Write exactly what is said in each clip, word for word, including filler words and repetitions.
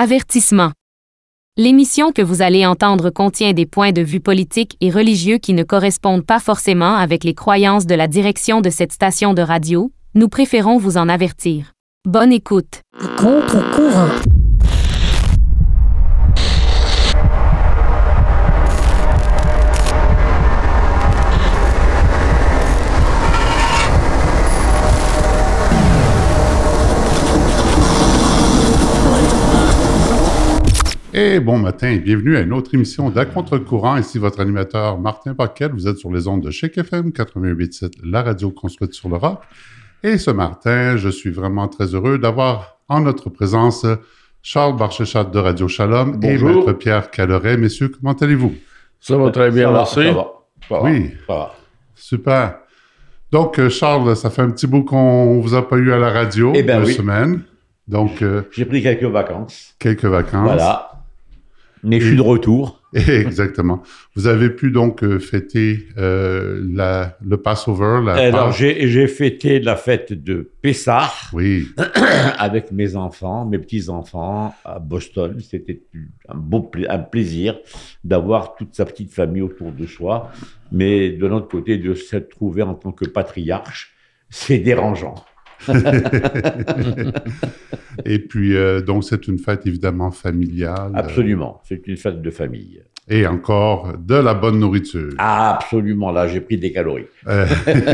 Avertissement. L'émission que vous allez entendre contient des points de vue politiques et religieux qui ne correspondent pas forcément avec les croyances de la direction de cette station de radio. Nous préférons vous en avertir. Bonne écoute. Contre-courant. Et bon matin et bienvenue à une autre émission d'À Contre-Courant. Ici votre animateur Martin Paquette. Vous êtes sur les ondes de Chic F M quatre-vingt-huit virgule sept, la radio construite sur le rock. Et ce matin, je suis vraiment très heureux d'avoir en notre présence Charles Barchechat de Radio Shalom. Bonjour. Et Maître Pierre Calleret. Messieurs, comment allez-vous? Ça va très bien, ça merci. Va, ça va. Ça oui, va. Ça va. Super. Donc, Charles, ça fait un petit bout qu'on ne vous a pas eu à la radio, eh ben deux oui. semaines. Donc, euh, j'ai pris quelques vacances. Quelques vacances. Voilà. Mais je suis de retour. Exactement. Vous avez pu donc euh, fêter euh, la, le Passover. La Alors, j'ai, j'ai fêté la fête de Pessah. Oui. Avec mes enfants, mes petits-enfants à Boston. C'était un beau pla- un plaisir d'avoir toute sa petite famille autour de soi. Mais de l'autre côté, de se trouver en tant que patriarche, c'est dérangeant. Et puis, euh, donc, c'est une fête évidemment familiale. Absolument, c'est une fête de famille. Et encore de la bonne nourriture. Ah, absolument, là, j'ai pris des calories. Euh,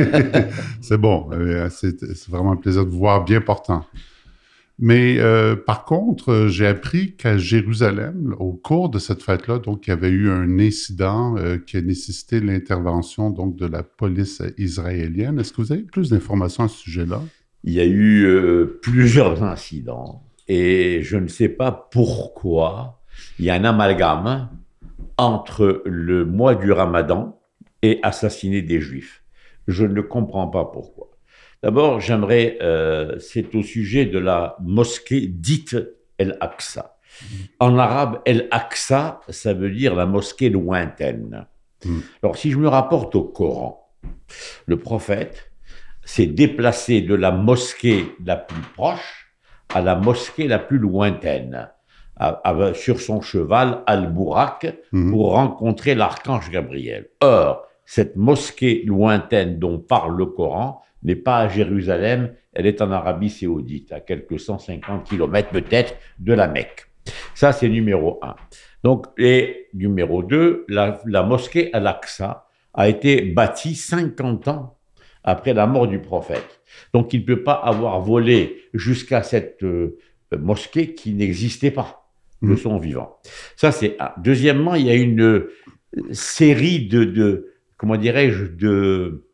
c'est bon, euh, c'est, c'est vraiment un plaisir de vous voir bien portant. Mais euh, par contre, j'ai appris qu'à Jérusalem, au cours de cette fête-là, donc, il y avait eu un incident euh, qui a nécessité l'intervention donc, de la police israélienne. Est-ce que vous avez plus d'informations à ce sujet-là? Il y a eu euh, plusieurs incidents et je ne sais pas pourquoi il y a un amalgame entre le mois du Ramadan et assassiner des Juifs. Je ne comprends pas pourquoi. D'abord, j'aimerais, euh, c'est au sujet de la mosquée dite El-Aqsa. En arabe, El-Aqsa, ça veut dire la mosquée lointaine. Mm. Alors, si je me rapporte au Coran, le prophète s'est déplacé de la mosquée la plus proche à la mosquée la plus lointaine, à, à, sur son cheval Al-Bourak, mmh. pour rencontrer l'archange Gabriel. Or, cette mosquée lointaine dont parle le Coran n'est pas à Jérusalem, elle est en Arabie Saoudite, à quelques cent cinquante kilomètres peut-être de la Mecque. Ça, c'est numéro un. Donc, et numéro deux, la, la mosquée Al-Aqsa a été bâtie cinquante ans après la mort du prophète. Donc, il ne peut pas avoir volé jusqu'à cette euh, mosquée qui n'existait pas de son vivant. Ça, c'est un. Deuxièmement, il y a une euh, série de, de, comment dirais-je, de,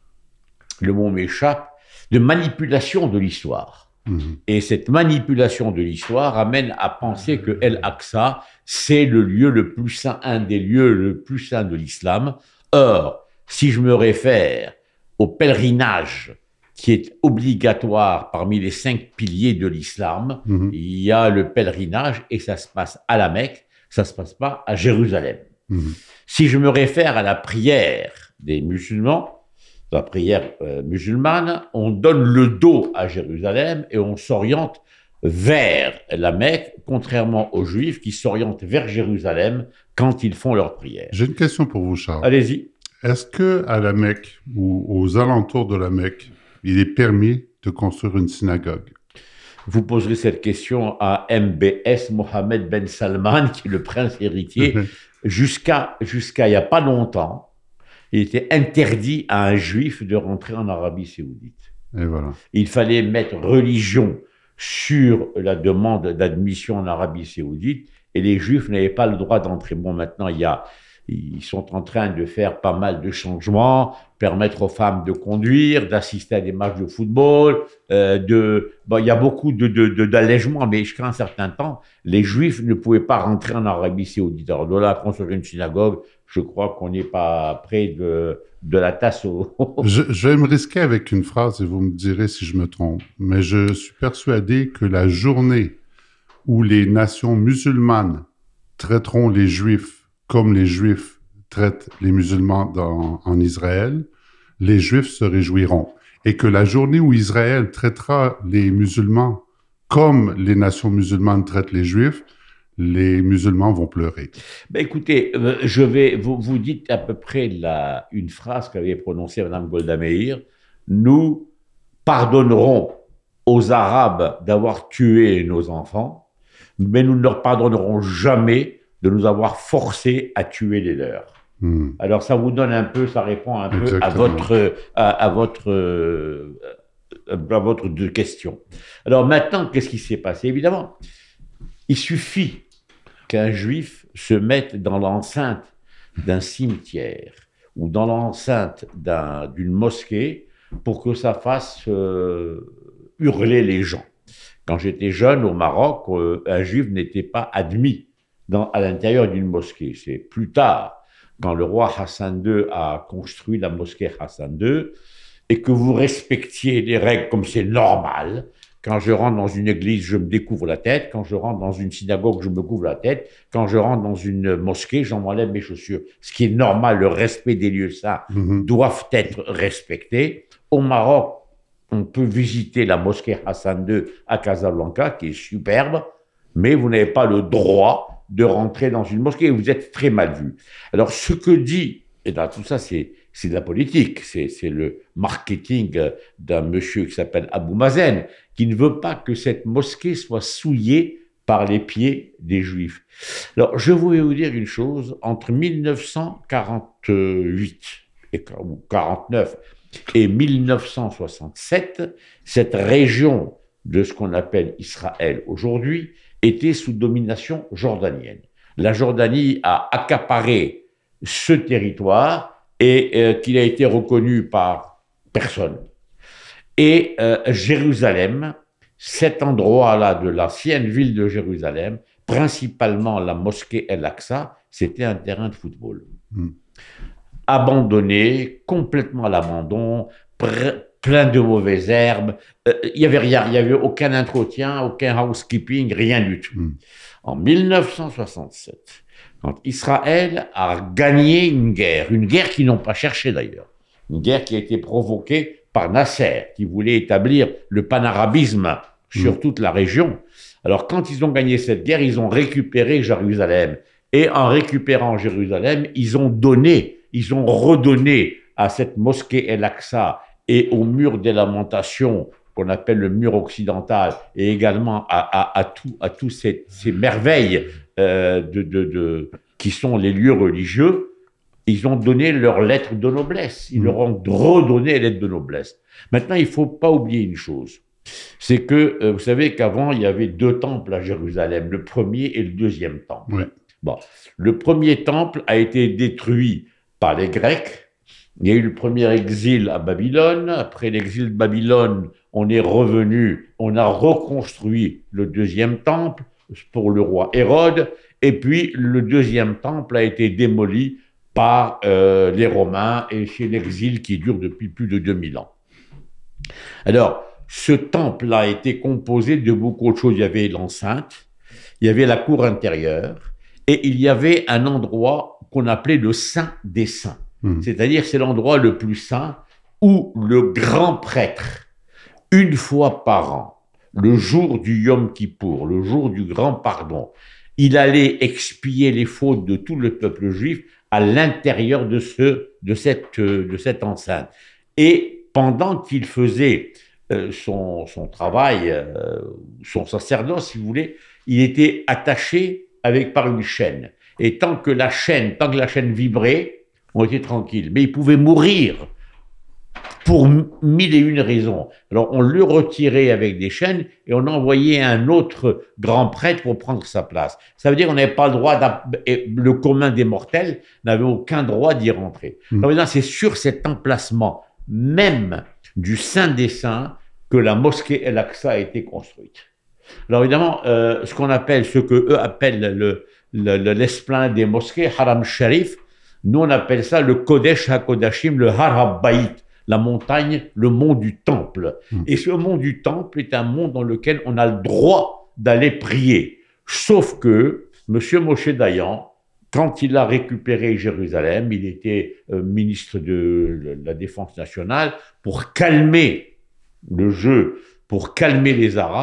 le mot m'échappe, de manipulation de l'histoire. Mmh. Et cette manipulation de l'histoire amène à penser que El-Aqsa, c'est le lieu le plus saint, un des lieux le plus saints de l'islam. Or, si je me réfère au pèlerinage qui est obligatoire parmi les cinq piliers de l'islam, mmh. il y a le pèlerinage et ça se passe à la Mecque, ça ne se passe pas à Jérusalem. Mmh. Si je me réfère à la prière des musulmans, la prière euh, musulmane, on donne le dos à Jérusalem et on s'oriente vers la Mecque, contrairement aux Juifs qui s'orientent vers Jérusalem quand ils font leur prière. J'ai une question pour vous, Charles. Allez-y. Est-ce qu'à la Mecque ou aux alentours de la Mecque, il est permis de construire une synagogue? Vous poserez cette question à M B S, Mohammed Ben Salman, qui est le prince héritier. jusqu'à, jusqu'à il n'y a pas longtemps, il était interdit à un juif de rentrer en Arabie Saoudite. Et voilà. Il fallait mettre religion sur la demande d'admission en Arabie Saoudite et les juifs n'avaient pas le droit d'entrer. Bon, maintenant, il y a... Ils sont en train de faire pas mal de changements, permettre aux femmes de conduire, d'assister à des matchs de football. Euh, de, bon, il y a beaucoup de, de, de, d'allègements, mais jusqu'à un certain temps, les Juifs ne pouvaient pas rentrer en Arabie Saoudite. Alors de là à construire une synagogue, je crois qu'on n'est pas près de, de la tasse au... je, je vais me risquer avec une phrase et vous me direz si je me trompe, mais je suis persuadé que la journée où les nations musulmanes traiteront les Juifs comme les Juifs traitent les musulmans dans, en Israël, les Juifs se réjouiront. Et que la journée où Israël traitera les musulmans comme les nations musulmanes traitent les Juifs, les musulmans vont pleurer. Ben écoutez, euh, je vais, vous, vous dites à peu près la, une phrase qu'avait prononcée Mme Golda Meir. Nous pardonnerons aux Arabes d'avoir tué nos enfants, mais nous ne leur pardonnerons jamais de nous avoir forcés à tuer les leurs. Hmm. Alors ça vous donne un peu, ça répond un peu à votre, à, à votre, euh, à votre deux questions. Alors maintenant, qu'est-ce qui s'est passé? Évidemment, il suffit qu'un juif se mette dans l'enceinte d'un cimetière ou dans l'enceinte d'un, d'une mosquée pour que ça fasse euh, hurler les gens. Quand j'étais jeune au Maroc, euh, un juif n'était pas admis dans, à l'intérieur d'une mosquée. C'est plus tard, quand le roi Hassan deux a construit la mosquée Hassan deux, et que vous respectiez les règles comme c'est normal. Quand je rentre dans une église, je me découvre la tête. Quand je rentre dans une synagogue, je me couvre la tête. Quand je rentre dans une mosquée, j'en m'enlève mes chaussures. Ce qui est normal, le respect des lieux saints mmh. doivent être respectés. Au Maroc, on peut visiter la mosquée Hassan deux à Casablanca, qui est superbe, mais vous n'avez pas le droit de rentrer dans une mosquée. Vous êtes très mal vu. Alors, ce que dit, et dans tout ça, c'est, c'est de la politique, c'est, c'est le marketing d'un monsieur qui s'appelle Abou Mazen, qui ne veut pas que cette mosquée soit souillée par les pieds des Juifs. Alors, je voulais vous dire une chose, entre mille neuf cent quarante-huit et, ou quarante-neuf et mille neuf cent soixante-sept, cette région de ce qu'on appelle Israël aujourd'hui était sous domination jordanienne. La Jordanie a accaparé ce territoire et euh, qu'il a été reconnu par personne. Et euh, Jérusalem, cet endroit-là de l'ancienne ville de Jérusalem, principalement la mosquée El-Aqsa, c'était un terrain de football. Mmh. Abandonné, complètement à l'abandon, pr- plein de mauvaises herbes. Il euh, n'y avait rien, il n'y avait aucun entretien, aucun housekeeping, rien du tout. Mmh. En mille neuf cent soixante-sept, quand Israël a gagné une guerre, une guerre qu'ils n'ont pas cherchée d'ailleurs, une guerre qui a été provoquée par Nasser, qui voulait établir le panarabisme sur mmh. toute la région. Alors quand ils ont gagné cette guerre, ils ont récupéré Jérusalem. Et en récupérant Jérusalem, ils ont donné, ils ont redonné à cette mosquée El-Aqsa et au mur des lamentations, qu'on appelle le mur occidental, et également à, à, à tous à tous ces, ces merveilles euh, de, de, de, qui sont les lieux religieux, ils ont donné leur lettre de noblesse. Ils mmh. leur ont redonné les lettres de noblesse. Maintenant, il ne faut pas oublier une chose. C'est que, euh, vous savez qu'avant, il y avait deux temples à Jérusalem, le premier et le deuxième temple. Ouais. Bon. Le premier temple a été détruit par les Grecs. Il y a eu le premier exil à Babylone. Après l'exil de Babylone, on est revenu, on a reconstruit le deuxième temple pour le roi Hérode. Et puis, le deuxième temple a été démoli par euh, les Romains et c'est l'exil qui dure depuis plus de deux mille ans. Alors, ce temple a été composé de beaucoup de choses. Il y avait l'enceinte, il y avait la cour intérieure et il y avait un endroit qu'on appelait le Saint des Saints. Mmh. C'est-à-dire c'est l'endroit le plus saint où le grand prêtre, une fois par an, le jour du Yom Kippour, le jour du grand pardon, il allait expier les fautes de tout le peuple juif à l'intérieur de, ce, de, cette, de cette enceinte. Et pendant qu'il faisait euh, son, son travail, euh, son sacerdoce, si vous voulez, il était attaché avec, par une chaîne. Et tant que la chaîne, tant que la chaîne vibrait, on était tranquille. Mais il pouvait mourir pour mille et une raisons. Alors on le retirait avec des chaînes et on envoyait un autre grand prêtre pour prendre sa place. Ça veut dire qu'on n'avait pas le droit, le commun des mortels n'avait aucun droit d'y rentrer. Mmh. Alors c'est sur cet emplacement même du Saint des Saints que la mosquée El-Aqsa a été construite. Alors évidemment, euh, ce qu'on appelle, ce que eux appellent le, le, le, l'esplanade des mosquées, Haram Sharif, nous on appelle ça le Kodesh HaKodashim, le Har HaBayit, la montagne, le mont du temple. Mmh. Et ce mont du temple est un mont dans lequel on a le droit d'aller prier. Sauf que M. Moshe Dayan, quand il a récupéré Jérusalem, il était euh, ministre de la Défense nationale, pour calmer le jeu, pour calmer les Arabes,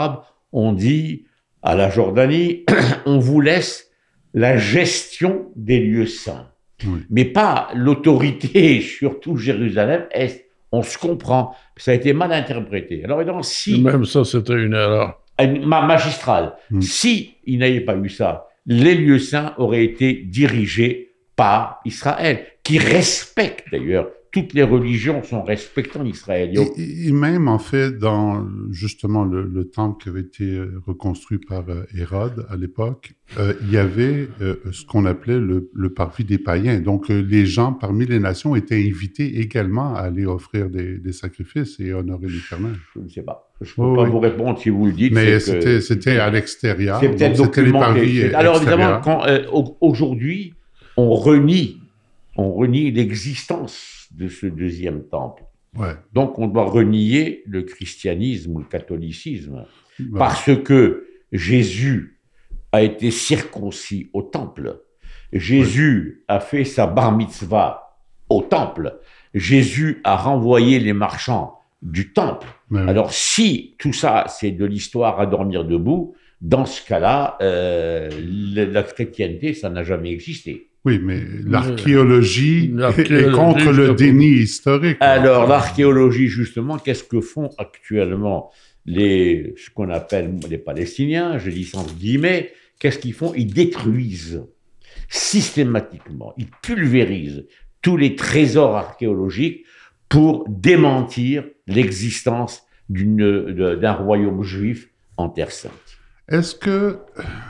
on dit à la Jordanie, on vous laisse la gestion des lieux saints, oui. mais pas l'autorité sur tout Jérusalem-Est. On se comprend. Ça a été mal interprété. Alors, évidemment, si... Même ça, c'était une erreur. Ma magistrale. Mm. Si il n'avait pas eu ça, les lieux saints auraient été dirigés par Israël, qui respecte d'ailleurs. Toutes les religions sont respectées en Israël. Et, et même, en fait, dans justement le, le temple qui avait été reconstruit par euh, Hérode à l'époque, euh, il y avait euh, ce qu'on appelait le, le parvis des païens. Donc, euh, les gens parmi les nations étaient invités également à aller offrir des, des sacrifices et honorer l'Éternel. Je ne sais pas. Je ne peux oh, pas oui. vous répondre si vous le dites. Mais c'était, que, c'était à l'extérieur. C'est peut-être donc, c'était les parvis c'est, Alors, évidemment, quand, euh, aujourd'hui, on renie, on renie l'existence de ce deuxième temple. Ouais. Donc, on doit renier le christianisme ou le catholicisme ouais. parce que Jésus a été circoncis au temple. Jésus ouais. a fait sa bar mitzvah au temple. Jésus a renvoyé les marchands du temple. Ouais. Alors, si tout ça, c'est de l'histoire à dormir debout, dans ce cas-là, euh, la, la chrétienté, ça n'a jamais existé. Oui, mais l'archéologie, l'archéologie est contre le déni historique. Alors, l'archéologie, justement, qu'est-ce que font actuellement les, ce qu'on appelle les Palestiniens, je dis sans guillemets, qu'est-ce qu'ils font? Ils détruisent systématiquement, ils pulvérisent tous les trésors archéologiques pour démentir l'existence d'une, de, d'un royaume juif en Terre Sainte. Est-ce que...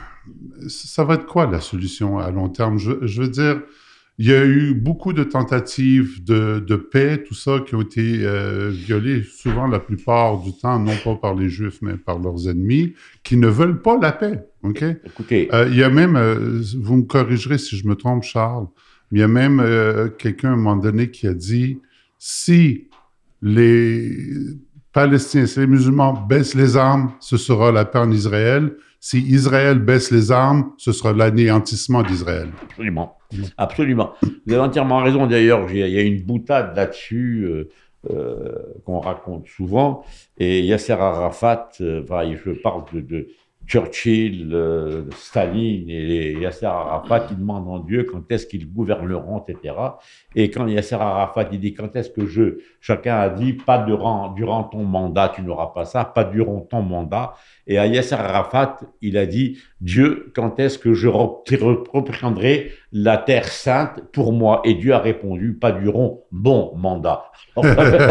ça va être quoi la solution à long terme? Je, je veux dire, il y a eu beaucoup de tentatives de, de paix, tout ça, qui ont été euh, violées souvent la plupart du temps, non pas par les Juifs, mais par leurs ennemis, qui ne veulent pas la paix. Ok? Écoutez, euh, il y a même, euh, vous me corrigerez si je me trompe, Charles, mais il y a même euh, quelqu'un à un moment donné qui a dit, si les Palestiniens, si les musulmans baissent les armes, ce sera la paix en Israël. Si Israël baisse les armes, ce sera l'anéantissement d'Israël. Absolument. Absolument. Vous avez entièrement raison. D'ailleurs, il y a une boutade là-dessus euh, euh, qu'on raconte souvent. Et Yasser Arafat, euh, enfin, je parle de, de Churchill, euh, Staline et Yasser Arafat, ils demandent en Dieu quand est-ce qu'ils gouverneront, et cetera. Et quand Yasser Arafat, il dit quand est-ce que je... Chacun a dit, pas durant, durant ton mandat, tu n'auras pas ça, pas durant ton mandat. Et à Yasser Arafat, il a dit, Dieu, quand est-ce que je reprendrai la terre sainte pour moi? Et Dieu a répondu, pas durant mon mandat. bon,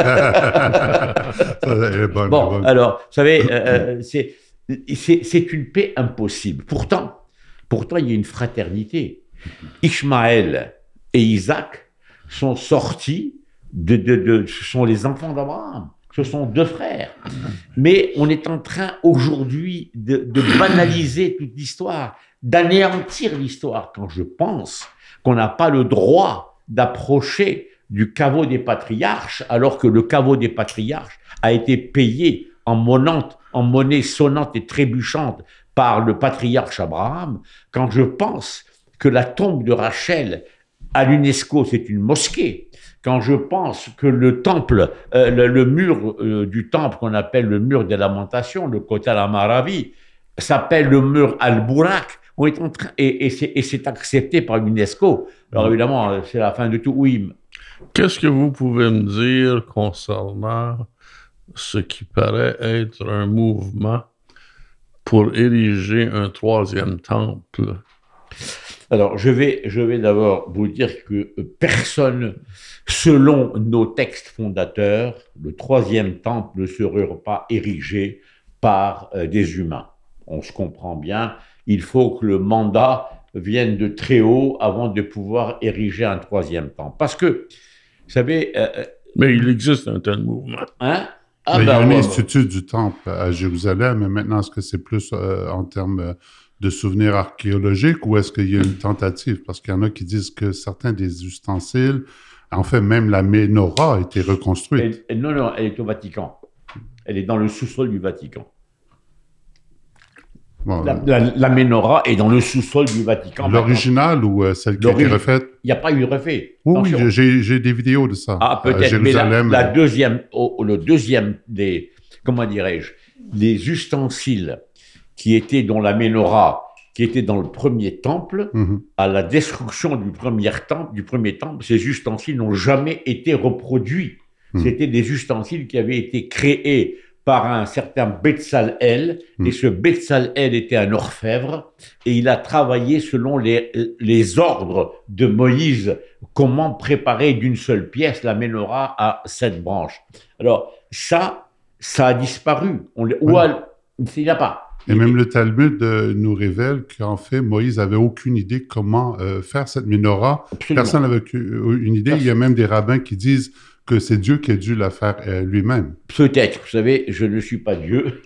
bon, alors, vous savez, euh, c'est... C'est, c'est une paix impossible. Pourtant, pourtant, il y a une fraternité. Ishmaël et Isaac sont sortis de, de, de, ce sont les enfants d'Abraham. Ce sont deux frères. Mais on est en train aujourd'hui de, de banaliser toute l'histoire, d'anéantir l'histoire. Quand je pense qu'on n'a pas le droit d'approcher du caveau des patriarches, alors que le caveau des patriarches a été payé en monnaie, en monnaie sonnante et trébuchante par le patriarche Abraham, quand je pense que la tombe de Rachel à l'UNESCO, c'est une mosquée, quand je pense que le temple, euh, le, le mur euh, du temple qu'on appelle le mur des lamentations, le Kotel Amaravi, s'appelle le mur Al-Bourak, on est en train, et, et, c'est, et c'est accepté par l'UNESCO. Alors évidemment, c'est la fin de tout. Oui. Qu'est-ce que vous pouvez me dire concernant ce qui paraît être un mouvement pour ériger un troisième temple? Alors, je vais, je vais d'abord vous dire que personne, selon nos textes fondateurs, le troisième temple ne serait pas érigé par euh, des humains. On se comprend bien, il faut que le mandat vienne de très haut avant de pouvoir ériger un troisième temple. Parce que, vous savez... Euh, Mais il existe un tel mouvement. Hein? Ah, il y a ben, un ouais, institut ouais. du temple à Jérusalem, mais maintenant, est-ce que c'est plus euh, en termes de souvenirs archéologiques ou est-ce qu'il y a une tentative? Parce qu'il y en a qui disent que certains des ustensiles, en fait, même la menorah a été reconstruite. Elle, elle, non, non, elle est au Vatican. Elle est dans le sous-sol du Vatican. Bon, la, la, la menorah est dans le sous-sol du Vatican. L'original ou euh, celle qui a été refaite? Il n'y a pas eu refait. Oui, oui j'ai, j'ai des vidéos de ça. Ah, peut-être, à Jérusalem, mais la, la deuxième, oh, le deuxième des, comment dirais-je, les ustensiles qui était dans la menorah, qui était dans le premier temple, Mhm. à la destruction du premier temple, du premier temple, ces ustensiles n'ont jamais été reproduits. Mhm. C'était des ustensiles qui avaient été créés par un certain Betzalel, Mhm. et ce Betzalel était un orfèvre, et il a travaillé selon les, les ordres de Moïse, comment préparer d'une seule pièce la menorah à sept branches. Alors ça, ça a disparu. On, le- ou Ouais. à- il n'y a pas. Et même le Talmud euh, nous révèle qu'en fait, Moïse n'avait aucune idée comment euh, faire cette menorah. Absolument. Personne n'avait eu- une idée. Il y a même des rabbins qui disent que c'est Dieu qui a dû la faire euh, lui-même. Peut-être, vous savez, je ne suis pas Dieu,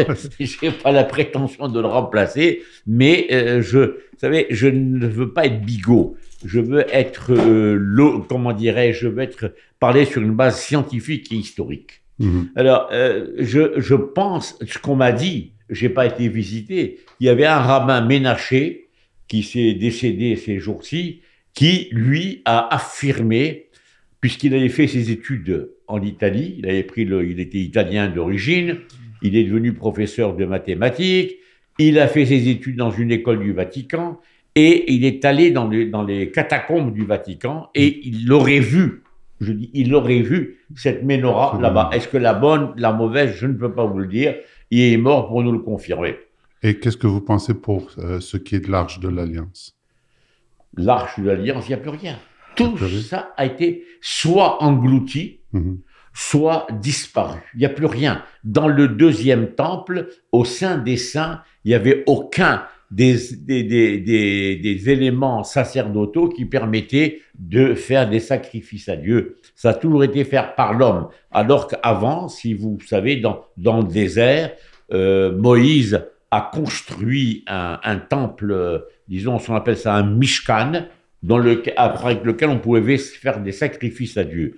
je n'ai pas la prétention de le remplacer, mais euh, je, vous savez, je ne veux pas être bigot. Je veux être, euh, lo- comment dirais-je, je veux être parler sur une base scientifique et historique. Mhm. Alors, euh, je, je pense, ce qu'on m'a dit, j'ai pas été visité, il y avait un rabbin Ménaché qui s'est décédé ces jours-ci, qui, lui, a affirmé, puisqu'il avait fait ses études en Italie, il avait pris le, il était italien d'origine, il est devenu professeur de mathématiques, il a fait ses études dans une école du Vatican, et il est allé dans les, dans les catacombes du Vatican, et il l'aurait vu, je dis, il aurait vu cette menorah Mmh. là-bas. Est-ce que la bonne, la mauvaise, je ne peux pas vous le dire, il est mort pour nous le confirmer. Et qu'est-ce que vous pensez pour euh, ce qui est de l'Arche de l'Alliance? L'arche de l'Alliance, il n'y a plus rien. Tout plus rien. ça a été soit englouti, Mhm. soit disparu. Il n'y a plus rien. Dans le deuxième temple, au sein des saints, il n'y avait aucun des, des, des, des, des éléments sacerdotaux qui permettaient de faire des sacrifices à Dieu. Ça a toujours été fait par l'homme. Alors qu'avant, si vous savez, dans, dans le désert, euh, Moïse a construit un, un temple, euh, disons, on appelle ça un mishkan, dans le, avec lequel on pouvait faire des sacrifices à Dieu.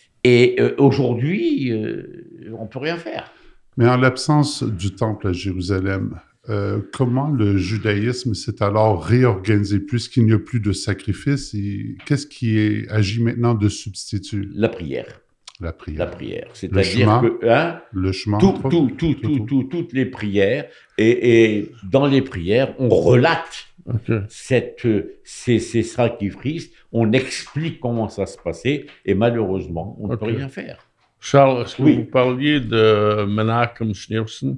Et euh, aujourd'hui, euh, on ne peut rien faire. Mais en l'absence du temple à Jérusalem, euh, comment le judaïsme s'est alors réorganisé puisqu'il n'y a plus de sacrifice? Et qu'est-ce qui est, agit maintenant de substitut? La prière. La prière. La prière. Le C'est-à-dire chemin. que hein, Le chemin. tout, entre tout, autres. tout, Tout, tout, tout. tout, toutes les prières, et, et dans les prières, on relate OK. cette, ces, ces sacrifices, on explique comment ça se passait, et malheureusement, on ne peut Ok. rien faire. Charles, est-ce que Oui. vous parliez de Menachem Schneerson?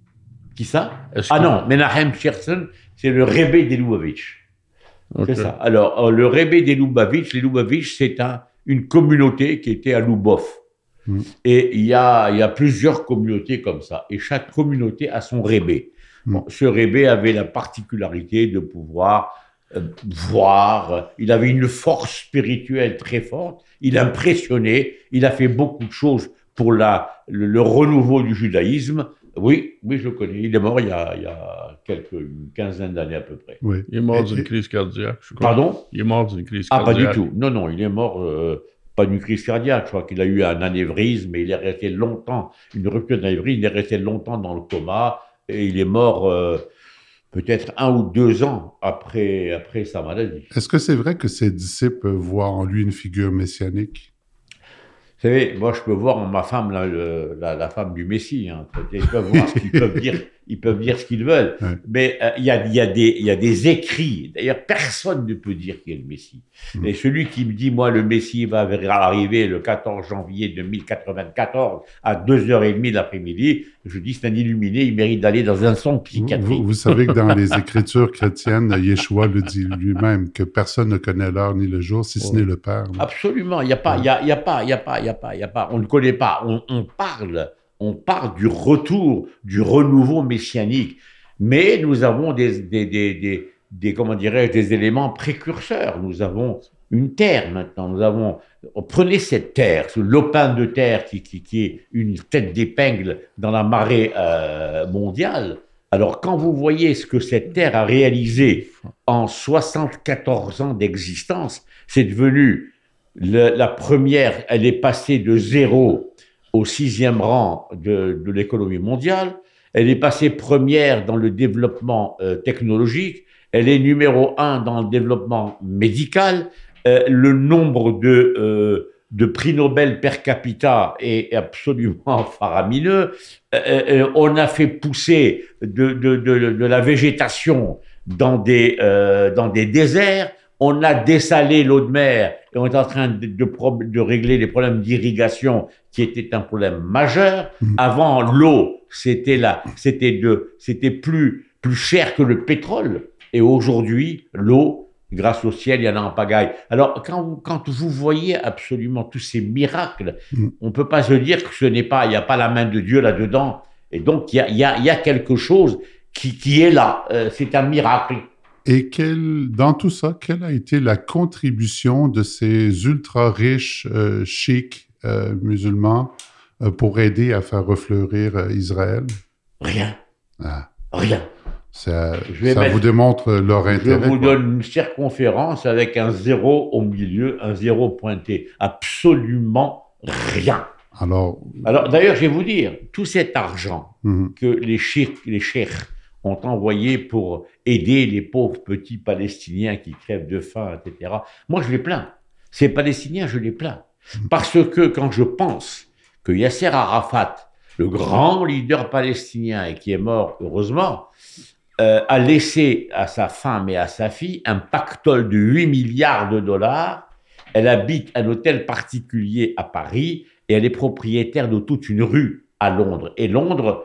Qui ça? Est-ce Ah que- non, Menachem Scherson, c'est le Rebbe des Lubavitch. OK. C'est ça. Alors, euh, le Rebbe des Lubavitch, les Lubavitch, c'est un, une communauté qui était à Lubov. Mm. Et il y a, il y a plusieurs communautés comme ça. Et chaque communauté a son Rebbe. Mm. Bon, ce Rebbe avait la particularité de pouvoir euh, voir. euh, Il avait une force spirituelle très forte. Il impressionnait. Il a fait beaucoup de choses pour la, le, le renouveau du judaïsme. Oui, oui, je le connais. Il est mort il y a, il y a quelques, une quinzaine d'années à peu près. Oui. Il est mort Et- d'une et- crise cardiaque, je crois. Pardon? Il est mort d'une crise Ah, pas cardiaque. du tout. Non, non, il est mort, euh, pas d'une crise cardiaque. Je crois qu'il a eu un anévrisme, mais il est resté longtemps, une rupture d'anévrisme, il est resté longtemps dans le coma, et il est mort euh, peut-être un ou deux ans après, après sa maladie. Est-ce que c'est vrai que ses disciples voient en lui une figure messianique? Vous savez, moi, je peux voir en ma femme la, le- la, la femme du Messie. Hein. Ils peuvent voir ce qu'ils peuvent dire. Ils peuvent dire ce qu'ils veulent. Ouais. Mais euh, il y, a, il y, a des- il y a des écrits. D'ailleurs, personne ne peut dire qui est le Messie. Mm. Et celui qui me dit, moi, le Messie va arriver le quatorze janvier deux mille quatre-vingt-quatorze à deux heures trente l'après-midi, je dis, c'est un illuminé, il mérite d'aller dans un centre Vous, psychiatrique. vous- vous savez que dans les Écritures chrétiennes, Yeshua le dit lui-même, que personne ne connaît l'heure ni le jour, si ce Ouais. n'est le Père. là. Absolument, il n'y a pas, il y a, il y a pas, il y a pas, il y a pas, il y a pas, on ne connaît pas, on, on parle, on parle du retour, du renouveau messianique, mais nous avons des, des, des, des, des comment dirais-je, des éléments précurseurs. Nous avons une terre maintenant, nous avons, prenez cette terre, ce lopin de terre qui, qui, qui est une tête d'épingle dans la marée euh, mondiale. Alors quand vous voyez ce que cette terre a réalisé en soixante-quatorze ans d'existence, c'est devenu le- la première, elle est passée de zéro au sixième rang de, de l'économie mondiale, elle est passée première dans le développement euh, technologique, elle est numéro un dans le développement médical, euh, le nombre de, euh, de prix Nobel per capita est absolument faramineux. Euh, euh, on a fait pousser de, de, de, de la végétation dans des, euh, dans des déserts. On a dessalé l'eau de mer et on est en train de, de, de régler les problèmes d'irrigation qui étaient un problème majeur. Mmh. Avant, l'eau, c'était là, c'était de, c'était plus, plus cher que le pétrole. Et aujourd'hui, l'eau, grâce au ciel, il y en a en pagaille. Alors, quand vous, quand vous voyez absolument tous ces miracles, mmh. on ne peut pas se dire que ce n'est pas, il n'y a pas la main de Dieu là-dedans. Et donc, il y a, il y a, il y a quelque chose qui, qui est là. Euh, c'est un miracle. Et quel, dans tout ça, quelle a été la contribution de ces ultra-riches euh, chics euh, musulmans euh, pour aider à faire refleurir euh, Israël? Rien. Ah. Rien. Ça, ça mettre, vous démontre leur intérêt. Je vous quoi. donne une circonférence avec un zéro au milieu, un zéro pointé. Absolument rien. Alors, Alors d'ailleurs, je vais vous dire, tout cet argent mm-hmm. que les cheikhs, les cheikhs ont envoyé pour aider les pauvres petits Palestiniens qui crèvent de faim, et cetera. Moi, je les plains. Ces Palestiniens, je les plains. Parce que quand je pense que Yasser Arafat, le grand leader palestinien et qui est mort, heureusement, euh, a laissé à sa femme et à sa fille un pactole de huit milliards de dollars. Elle habite un hôtel particulier à Paris et elle est propriétaire de toute une rue à Londres. Et Londres,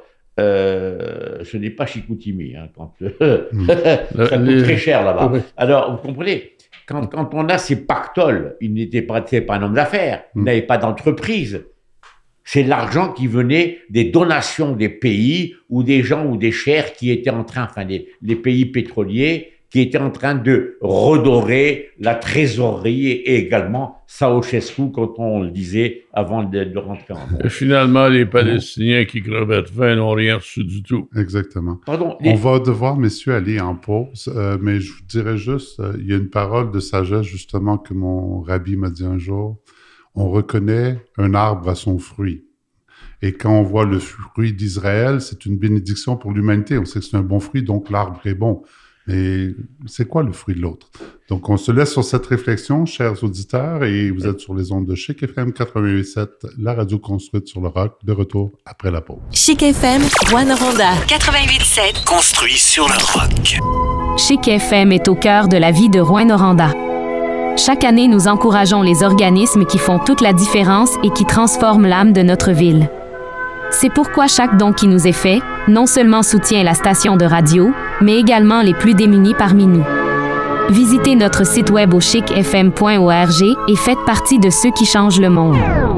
Euh, ce n'est pas Chicoutimi, hein, quand, euh, mmh. ça coûte les... très cher là-bas. Oui. Alors, vous comprenez, quand, quand on a ces pactoles, il n'était pas, pas un homme d'affaires, mmh. il n'avait pas d'entreprise. C'est l'argent qui venait des donations des pays ou des gens ou des chers qui étaient en train, enfin, les, les pays pétroliers, qui étaient en train de redorer la trésorerie et également Ceausescu, quand on le disait avant de, de rentrer en monde. Et finalement, les Palestiniens qui crevaient de faim n'ont rien reçu du tout. Exactement. Pardon, les... On va devoir, messieurs, aller en pause, euh, mais je vous dirais juste, euh, il y a une parole de sagesse, justement, que mon rabbi m'a dit un jour. On reconnaît un arbre à son fruit. Et quand on voit le fruit d'Israël, c'est une bénédiction pour l'humanité. On sait que c'est un bon fruit, donc l'arbre est bon. Mais c'est quoi le fruit de l'autre? Donc, on se laisse sur cette réflexion, chers auditeurs, et vous êtes sur les ondes de Chic F M quatre-vingt-huit virgule sept, la radio construite sur le rock, de retour après la pause. Chic F M, Rouyn-Noranda, quatre-vingt-huit virgule sept, construit sur le rock. Chic F M est au cœur de la vie de Rouyn-Noranda. Chaque année, nous encourageons les organismes qui font toute la différence et qui transforment l'âme de notre ville. C'est pourquoi chaque don qui nous est fait, non seulement soutient la station de radio, mais également les plus démunis parmi nous. Visitez notre site web au chic f m point org et faites partie de ceux qui changent le monde.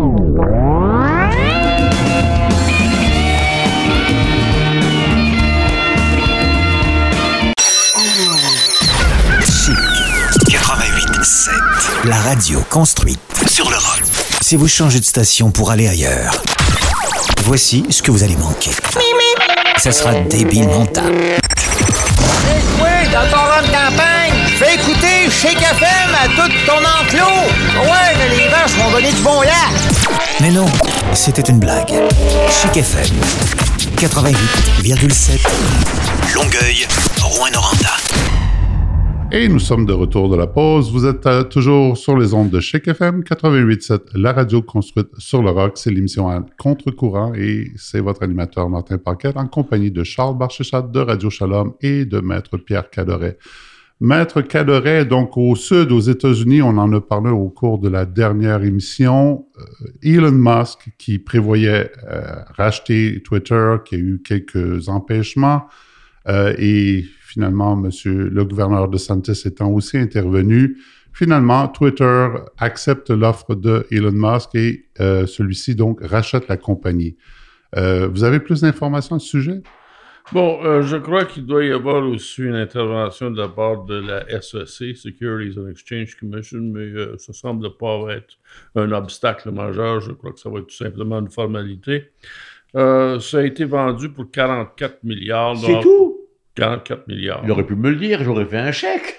Chic quatre-vingt-huit virgule sept, la radio construite sur le rock. Si vous changez de station pour aller ailleurs, voici ce que vous allez manquer. Ça sera débilement tard. Hey, toi, dans ton rang de campagne, fais écouter Chic F M à tout ton enclos. Ouais, mais les vaches vont donner du bon lait. Mais non, c'était une blague. Chic F M, quatre-vingt-huit virgule sept, Longueuil, Rouyn-Noranda. Et nous sommes de retour de la pause. Vous êtes euh, toujours sur les ondes de Chic F M quatre-vingt-huit virgule sept, la radio construite sur le rock. C'est l'émission à contre-courant et c'est votre animateur Martin Paquette en compagnie de Charles Barchéchat de Radio Shalom et de Maître Pierre Cadoret. Maître Cadoret, donc au sud, aux États-Unis, on en a parlé au cours de la dernière émission. Euh, Elon Musk qui prévoyait euh, racheter Twitter, qui a eu quelques empêchements euh, et finalement, monsieur le gouverneur DeSantis étant aussi intervenu, finalement, Twitter accepte l'offre de Elon Musk et euh, celui-ci, donc, rachète la compagnie. Euh, vous avez plus d'informations à ce sujet? Bon, euh, je crois qu'il doit y avoir aussi une intervention de la part de la S E C, Securities and Exchange Commission, mais euh, ça semble pas être un obstacle majeur. Je crois que ça va être tout simplement une formalité. Euh, ça a été vendu pour quarante-quatre milliards. C'est tout? quarante-quatre milliards. Il aurait pu me le dire, j'aurais fait un chèque.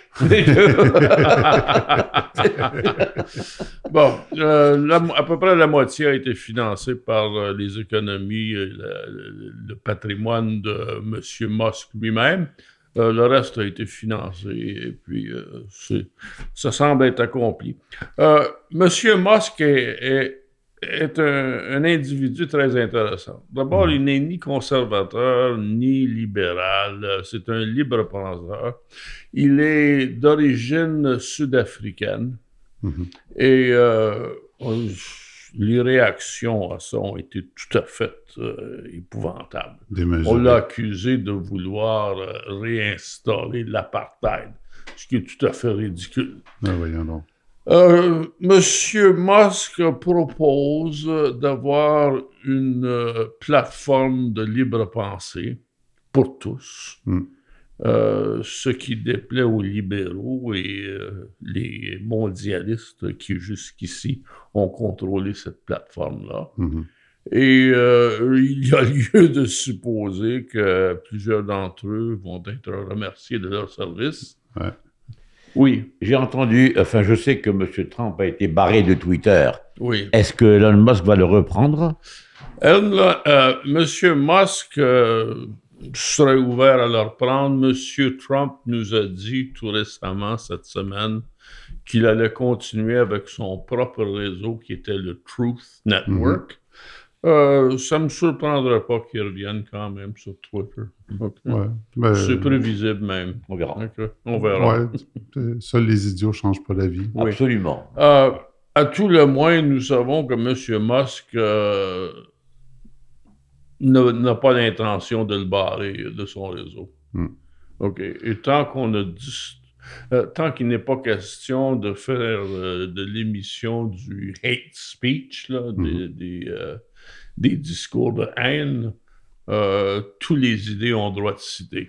Bon, euh, la, à peu près la moitié a été financée par euh, les économies et la, le, le patrimoine de M. Musk lui-même. Euh, le reste a été financé et puis euh, c'est, ça semble être accompli. Euh, Monsieur Musk est, est, est un, un individu très intéressant. D'abord, il n'est ni conservateur ni libéral. C'est un libre-penseur. Il est d'origine sud-africaine. Mm-hmm. Et euh, on, les réactions à ça ont été tout à fait euh, épouvantables. On l'a accusé de vouloir euh, réinstaller l'apartheid, ce qui est tout à fait ridicule. Ah, voyons donc. Euh, Monsieur Musk propose d'avoir une euh, plateforme de libre pensée pour tous. Mm. Euh, ce qui déplaît aux libéraux et euh, les mondialistes qui, jusqu'ici, ont contrôlé cette plateforme-là. Mm-hmm. Et euh, il y a lieu de supposer que plusieurs d'entre eux vont être remerciés de leur service. Ouais. Oui, j'ai entendu, enfin, je sais que M. Trump a été barré de Twitter. Oui. Est-ce que Elon Musk va le reprendre? Elle, euh, M. Musk... Euh, serait ouvert à leur prendre. Monsieur Trump nous a dit tout récemment, cette semaine, qu'il allait continuer avec son propre réseau qui était le Truth Network. Mm-hmm. Euh, ça ne me surprendrait pas qu'il revienne quand même sur Twitter. Okay. Ouais, ben, c'est prévisible même. On verra. Okay. On verra. Ouais, seuls les idiots ne changent pas la vie. Oui. Absolument. Euh, à tout le moins, nous savons que M. Musk... Euh, n'a pas l'intention de le barrer de son réseau. Mm. OK. Et tant qu'on a dit, euh, tant qu'il n'est pas question de faire euh, de l'émission du hate speech, là, mm. des, des, euh, des discours de haine, euh, toutes les idées ont droit de citer.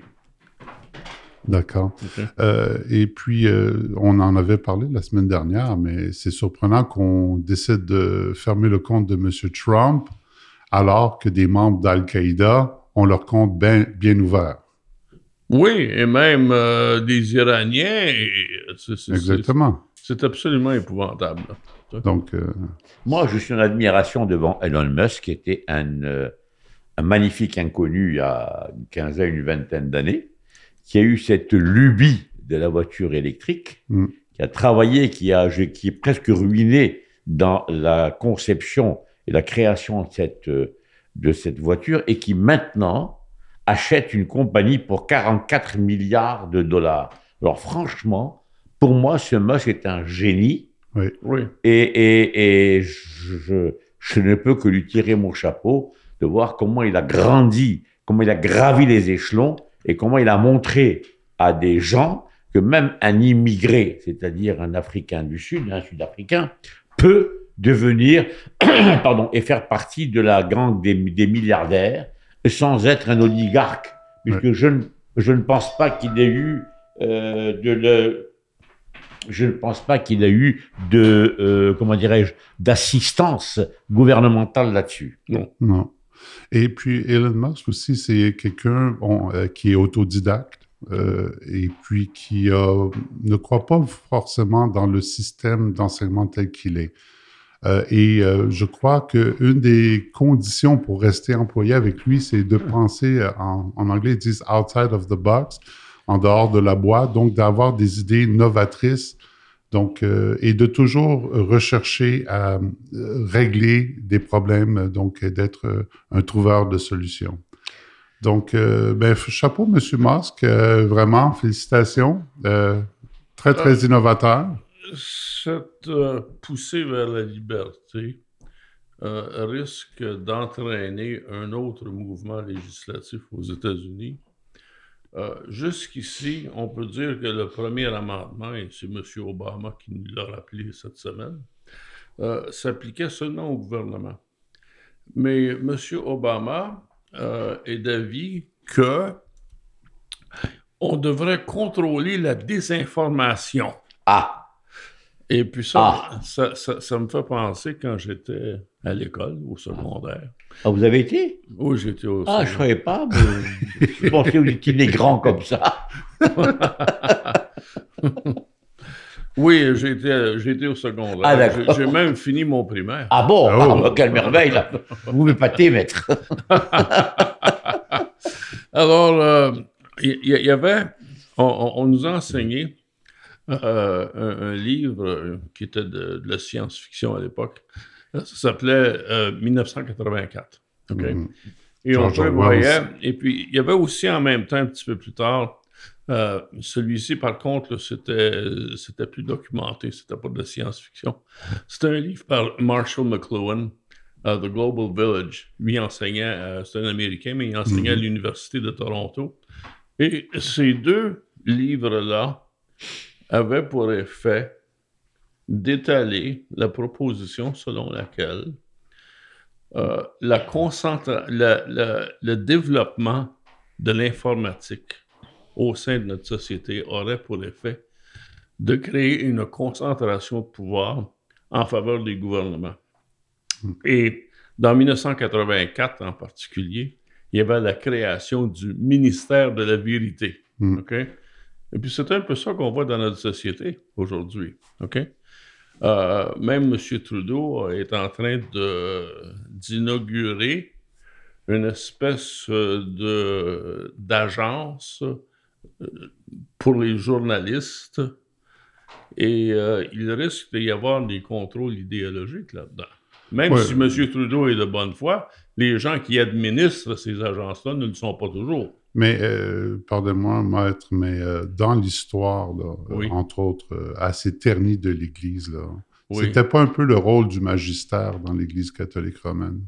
D'accord. Okay. Euh, et puis, euh, on en avait parlé la semaine dernière, mais c'est surprenant qu'on décide de fermer le compte de M. Trump alors que des membres d'Al-Qaïda ont leur compte bien, bien ouvert. Oui, et même euh, des Iraniens. Et c'est, c'est, Exactement. C'est, c'est absolument épouvantable. Là. Donc, euh... moi, je suis en admiration devant Elon Musk, qui était un, euh, un magnifique inconnu il y a une quinzaine, une vingtaine d'années, qui a eu cette lubie de la voiture électrique, mm. qui a travaillé, qui, a, qui est presque ruiné dans la conception et la création de cette, de cette voiture, et qui maintenant achète une compagnie pour quarante-quatre milliards de dollars. Alors franchement, pour moi, ce Musk est un génie, oui. Oui. et, et, et je, je, je ne peux que lui tirer mon chapeau de voir comment il a grandi, comment il a gravi les échelons, et comment il a montré à des gens que même un immigré, c'est-à-dire un Africain du Sud, un Sud-Africain, peut devenir, pardon, et faire partie de la gang des, des milliardaires sans être un oligarque, puisque ouais. je, ne, je ne pense pas qu'il ait eu euh, de le, je ne pense pas qu'il ait eu de, euh, comment dirais-je, d'assistance gouvernementale là-dessus. Non. Non. Et puis Elon Musk aussi, c'est quelqu'un bon, euh, qui est autodidacte. Euh, et puis qui euh, ne croit pas forcément dans le système d'enseignement tel qu'il est. Euh, et euh, je crois qu'une des conditions pour rester employé avec lui, c'est de penser, en, en anglais ils disent « outside of the box », en dehors de la boîte, donc d'avoir des idées novatrices, donc, euh, et de toujours rechercher à euh, régler des problèmes, donc d'être euh, un trouveur de solutions. Donc, euh, ben, chapeau, M. Musk, euh, vraiment, félicitations. Euh, très, très euh, innovateur. Cette euh, poussée vers la liberté euh, risque d'entraîner un autre mouvement législatif aux États-Unis. Euh, jusqu'ici, on peut dire que le premier amendement, et c'est M. Obama qui nous l'a rappelé cette semaine, euh, s'appliquait seulement au gouvernement. Mais M. Obama Euh, est d'avis que on devrait contrôler la désinformation. Ah! Et puis ça, ah. ça, ça, ça me fait penser quand j'étais à l'école, au secondaire. Ah, vous avez été? Oui, j'étais au Ah, secondaire. je ne savais pas. Mais... je pensais que vous étiez né grand comme ça. Oui, j'ai été, j'ai été au secondaire. Ah, d'accord. J'ai, j'ai même fini mon primaire. Ah bon? Oh. Ah, bah, quelle merveille, là. Vous m'épatez, maître. Alors, il euh, y, y avait on, on, on nous a enseigné euh, un, un livre qui était de, de la science-fiction à l'époque. Ça s'appelait euh, dix-neuf cent quatre-vingt-quatre. Okay? Mm-hmm. Et George on prévoyait, et puis il y avait aussi en même temps, un petit peu plus tard, euh, celui-ci, par contre, là, c'était, c'était plus documenté, c'était pas de la science-fiction. C'était un livre par Marshall McLuhan, uh, The Global Village. Lui il enseignait, euh, c'est un Américain, mais il enseignait mm-hmm. à l'Université de Toronto. Et ces deux livres-là avaient pour effet d'étaler la proposition selon laquelle Euh, la concentra- la, la, le développement de l'informatique au sein de notre société aurait pour effet de créer une concentration de pouvoir en faveur des gouvernements. Mm. Et dans dix-neuf cent quatre-vingt-quatre en particulier, il y avait la création du ministère de la vérité. Mm. Okay? Et puis c'est un peu ça qu'on voit dans notre société aujourd'hui. Okay? Euh, même M. Trudeau est en train de, d'inaugurer une espèce de, d'agence pour les journalistes et euh, il risque d'y avoir des contrôles idéologiques là-dedans. Même ouais. si M. Trudeau est de bonne foi, les gens qui administrent ces agences-là ne le sont pas toujours. Mais, euh, pardonne-moi, maître, mais euh, dans l'histoire, là, oui. euh, entre autres, euh, assez ternie de l'Église, là, oui. c'était pas un peu le rôle du magistère dans l'Église catholique romaine?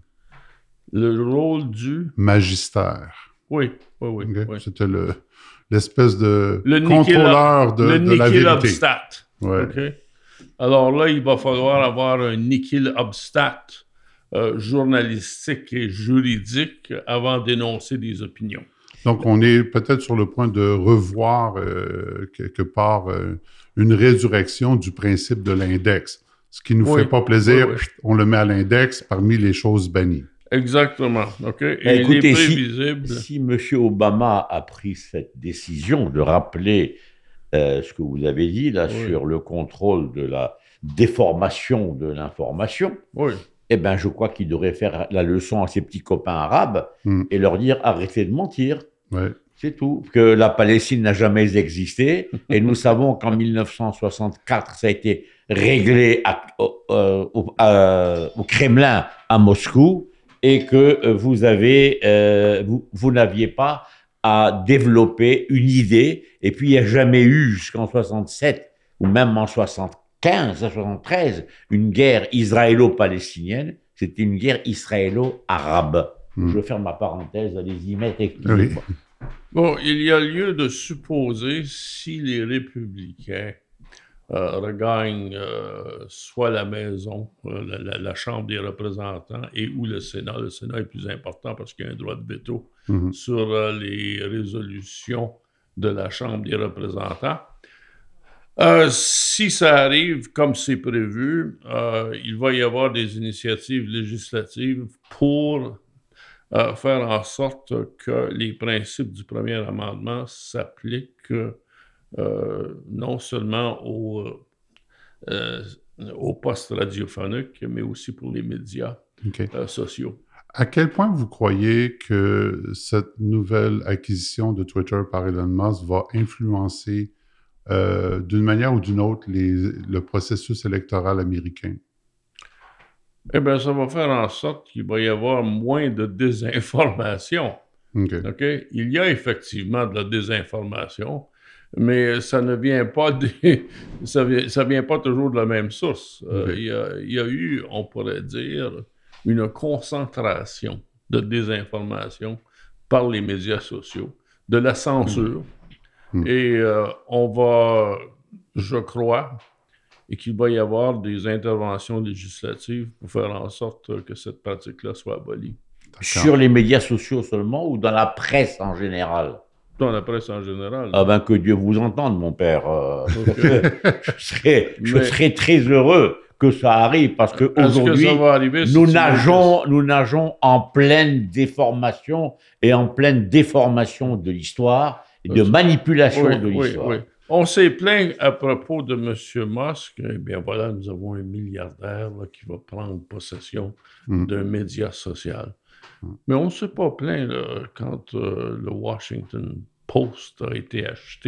Le rôle du... Magistère. Oui, oui, oui. Okay? oui. C'était le, l'espèce de le contrôleur de, le de la vérité. Le obstat. Ouais. Okay? Alors là, il va falloir avoir un niquil obstat euh, journalistique et juridique avant d'énoncer des opinions. Donc, on est peut-être sur le point de revoir euh, quelque part euh, une résurrection du principe de l'index. Ce qui ne nous oui. fait pas plaisir, oui, oui. on le met à l'index parmi les choses bannies. Exactement. OK? Et ben, écoutez, il est prévisible... si, si M. Obama a pris cette décision de rappeler euh, ce que vous avez dit là oui. sur le contrôle de la déformation de l'information, oui. eh bien, je crois qu'il devrait faire la leçon à ses petits copains arabes mm. et leur dire « arrêtez de mentir ouais. ». C'est tout. Que la Palestine n'a jamais existé et nous savons qu'en dix-neuf cent soixante-quatre, ça a été réglé à, euh, au, à, au Kremlin à Moscou et que vous, avez, euh, vous, vous n'aviez pas à développer une idée et puis il n'y a jamais eu jusqu'en soixante-sept ou même en soixante-quinze à soixante-treize une guerre israélo-palestinienne, c'était une guerre israélo-arabe. Mmh. Je ferme ma parenthèse, allez-y mettre, excusez-moi. Oui. Bon, il y a lieu de supposer, si les républicains euh, regagnent euh, soit la maison, euh, la, la, la Chambre des représentants et ou le Sénat, le Sénat est plus important parce qu'il y a un droit de veto mmh. sur euh, les résolutions de la Chambre des représentants. Euh, si ça arrive comme c'est prévu, euh, il va y avoir des initiatives législatives pour euh, faire en sorte que les principes du premier amendement s'appliquent euh, non seulement aux, euh, aux postes radiophoniques, mais aussi pour les médias okay. euh, sociaux. À quel point vous croyez que cette nouvelle acquisition de Twitter par Elon Musk va influencer Euh, d'une manière ou d'une autre, les, le processus électoral américain? Eh bien, ça va faire en sorte qu'il va y avoir moins de désinformation. Okay. Okay? Il y a effectivement de la désinformation, mais ça ne vient pas des, ça vient, ça vient pas toujours de la même source. Okay. Euh, il y a, il y a eu, on pourrait dire, une concentration de désinformation par les médias sociaux, de la censure. Mm. Mm. Et euh, on va, je crois, et qu'il va y avoir des interventions législatives pour faire en sorte que cette pratique-là soit abolie. D'accord. Sur les médias sociaux seulement ou dans la presse en général? Dans la presse en général. Ah ben que Dieu vous entende, mon père. Euh, okay. je serais, je Mais... serais très heureux que ça arrive parce qu'aujourd'hui, que nous, nageons, nous nageons en pleine déformation et en pleine déformation de l'histoire. De manipulation oui, de l'histoire. Oui, oui. On s'est plaint à propos de M. Musk. Eh bien voilà, nous avons un milliardaire là, qui va prendre possession mm. d'un média social. Mm. Mais on ne s'est pas plaint là, quand euh, le Washington Post a été acheté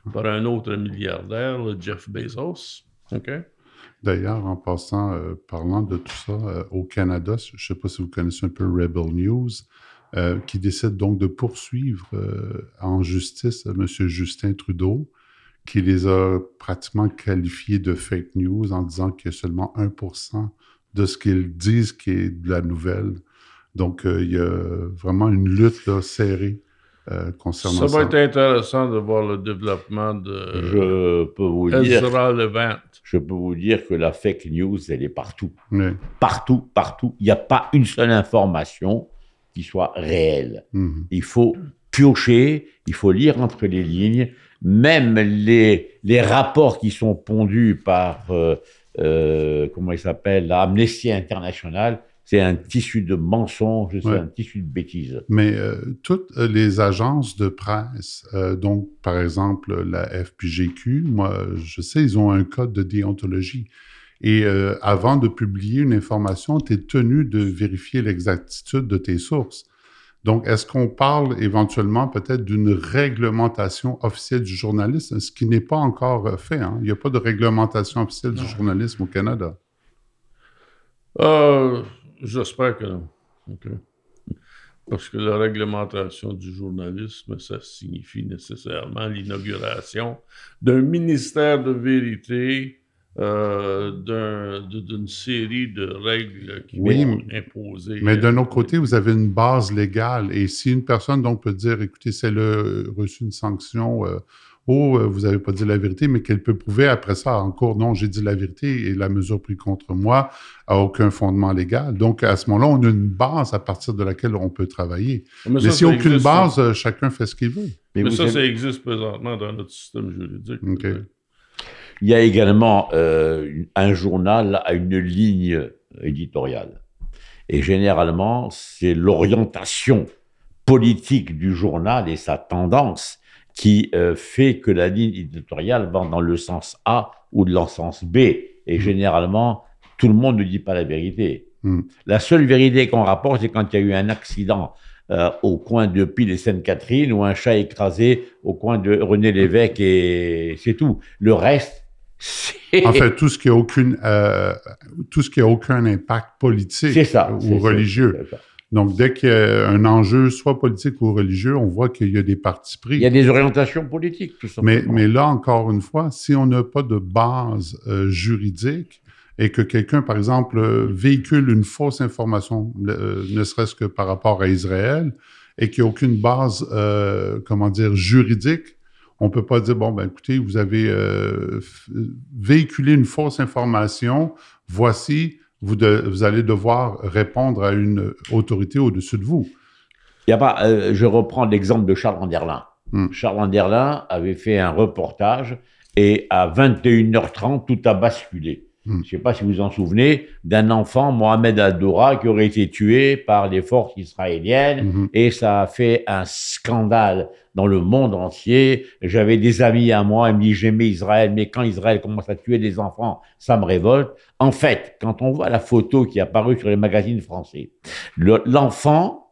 par un autre milliardaire, le Jeff Bezos. OK? D'ailleurs, en passant, euh, parlant de tout ça, euh, au Canada, je ne sais pas si vous connaissez un peu Rebel News, euh, qui décide donc de poursuivre euh, en justice M. Justin Trudeau, qui les a pratiquement qualifiés de fake news en disant qu'il y a seulement un pour cent de ce qu'ils disent qui est de la nouvelle. Donc, euh, il y a vraiment une lutte là, serrée euh, concernant ça. Ça va être intéressant de voir le développement de Je peux vous dire, Ezra Levant. je peux vous dire que la fake news, elle est partout. Oui. Partout, partout. Il n'y a pas une seule information qui soit réelle. Mhm. Il faut piocher, il faut lire entre les lignes. Même les, les rapports qui sont pondus par, euh, euh, comment il s'appelle, Amnesty International, c'est un tissu de mensonges, c'est Ouais. un tissu de bêtises. Mais euh, toutes les agences de presse, euh, donc par exemple la F P G Q, moi je sais, ils ont un code de déontologie. Et euh, avant de publier une information, tu es tenu de vérifier l'exactitude de tes sources. Donc, est-ce qu'on parle éventuellement peut-être d'une réglementation officielle du journalisme, ce qui n'est pas encore fait, hein? Il n'y a pas de réglementation officielle du journalisme au Canada. Euh, j'espère que non. Okay. Parce que la réglementation du journalisme, ça signifie nécessairement l'inauguration d'un ministère de vérité, euh, d'un, de, d'une série de règles qui Oui, vont imposer. Mais d'un autre côté, vous avez une base légale. Et si une personne donc peut dire, écoutez, c'est le reçu une sanction, euh, oh, euh, vous n'avez pas dit la vérité, mais qu'elle peut prouver après ça en cours, non, j'ai dit la vérité et la mesure prise contre moi n'a aucun fondement légal. Donc, à ce moment-là, on a une base à partir de laquelle on peut travailler. Mais, mais ça, si ça aucune existe, base, ça. chacun fait ce qu'il veut. Mais, mais ça, avez... ça existe présentement dans notre système juridique. Okay. Il y a également euh, un journal à une ligne éditoriale. Et généralement, c'est l'orientation politique du journal et sa tendance qui euh, fait que la ligne éditoriale va dans le sens A ou dans le sens B. Et mmh. généralement, tout le monde ne dit pas la vérité. Mmh. La seule vérité qu'on rapporte, c'est quand il y a eu un accident euh, au coin de Pile et Sainte-Catherine ou un chat écrasé au coin de René Lévesque et c'est tout. Le reste, c'est... En fait, tout ce qui a aucune, euh, tout ce qui a aucun impact politique c'est ça, ou c'est religieux. Ça, c'est ça. Donc, dès qu'il y a un enjeu, soit politique ou religieux, on voit qu'il y a des partis pris. Il y a des orientations politiques, tout simplement. Mais, mais là, encore une fois, si on n'a pas de base euh, juridique et que quelqu'un, par exemple, euh, véhicule une fausse information, euh, ne serait-ce que par rapport à Israël, et qu'il n'y a aucune base, euh, comment dire, juridique, on ne peut pas dire, bon, ben écoutez, vous avez euh, véhiculé une fausse information, voici... Vous, de, vous allez devoir répondre à une autorité au-dessus de vous. Il y a pas, euh, je reprends l'exemple de Charles Anderlin. Hmm. Charles Anderlin avait fait un reportage et à vingt et une heures trente, tout a basculé. Hmm. Je ne sais pas si vous vous en souvenez d'un enfant, Mohamed Al-Doura, qui aurait été tué par les forces israéliennes hmm. et ça a fait un scandale dans le monde entier. J'avais des amis à moi, ils me disent j'aimais Israël, mais quand Israël commence à tuer des enfants, ça me révolte. En fait, quand on voit la photo qui est apparue sur les magazines français, le, l'enfant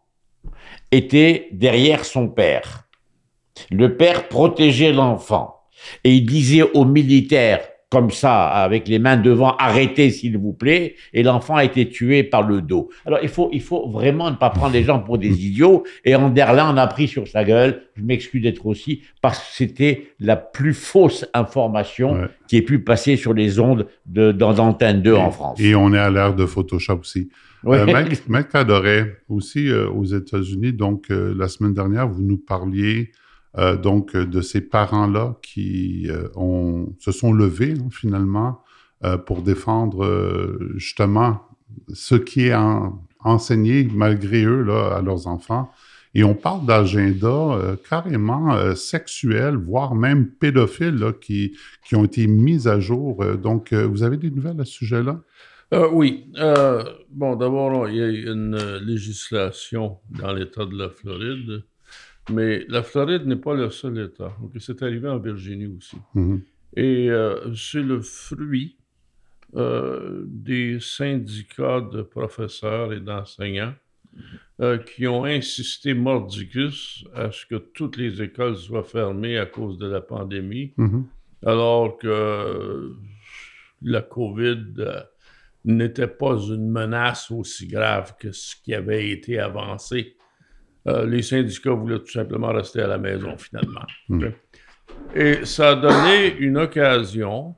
était derrière son père. Le père protégeait l'enfant et il disait aux militaires, comme ça, avec les mains devant, arrêtez s'il vous plaît, et l'enfant a été tué par le dos. Alors il faut, il faut vraiment ne pas prendre les gens pour des idiots, et Anderlin en a pris sur sa gueule, je m'excuse d'être aussi, parce que c'était la plus fausse information ouais. qui ait pu passer sur les ondes de, dans d'Antenne deux et, en France. Et on est à l'ère de Photoshop aussi. Ouais. Euh, Mike, Mike Cadoret, aussi euh, aux États-Unis, donc euh, la semaine dernière, vous nous parliez Euh, donc, euh, de ces parents-là qui euh, ont, se sont levés, hein, finalement, euh, pour défendre euh, justement ce qui est en, enseigné, malgré eux, là, à leurs enfants. Et on parle d'agenda euh, carrément euh, sexuel, voire même pédophile, là, qui, qui ont été mis à jour. Euh, donc, euh, vous avez des nouvelles à ce sujet-là? Euh, oui. Euh, bon, d'abord, il y a une euh, législation dans l'État de la Floride. Mais la Floride n'est pas le seul État. Donc, c'est arrivé en Virginie aussi. Mm-hmm. Et euh, c'est le fruit euh, des syndicats de professeurs et d'enseignants euh, qui ont insisté mordicus à ce que toutes les écoles soient fermées à cause de la pandémie, Mm-hmm. alors que euh, la COVID euh, n'était pas une menace aussi grave que ce qui avait été avancé. Euh, les syndicats voulaient tout simplement rester à la maison, finalement. Mm. Okay? Et ça a donné une occasion,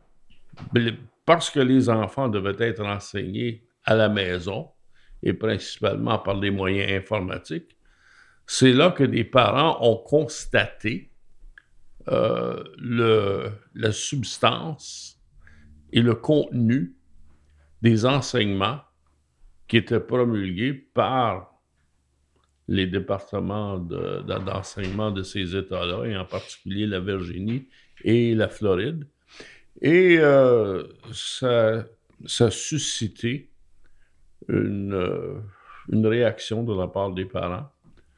parce que les enfants devaient être enseignés à la maison, et principalement par des moyens informatiques, c'est là que des parents ont constaté euh, le, la substance et le contenu des enseignements qui étaient promulgués par les départements de, de, d'enseignement de ces États-là, et en particulier la Virginie et la Floride. Et euh, ça, ça a suscité une, euh, une réaction de la part des parents.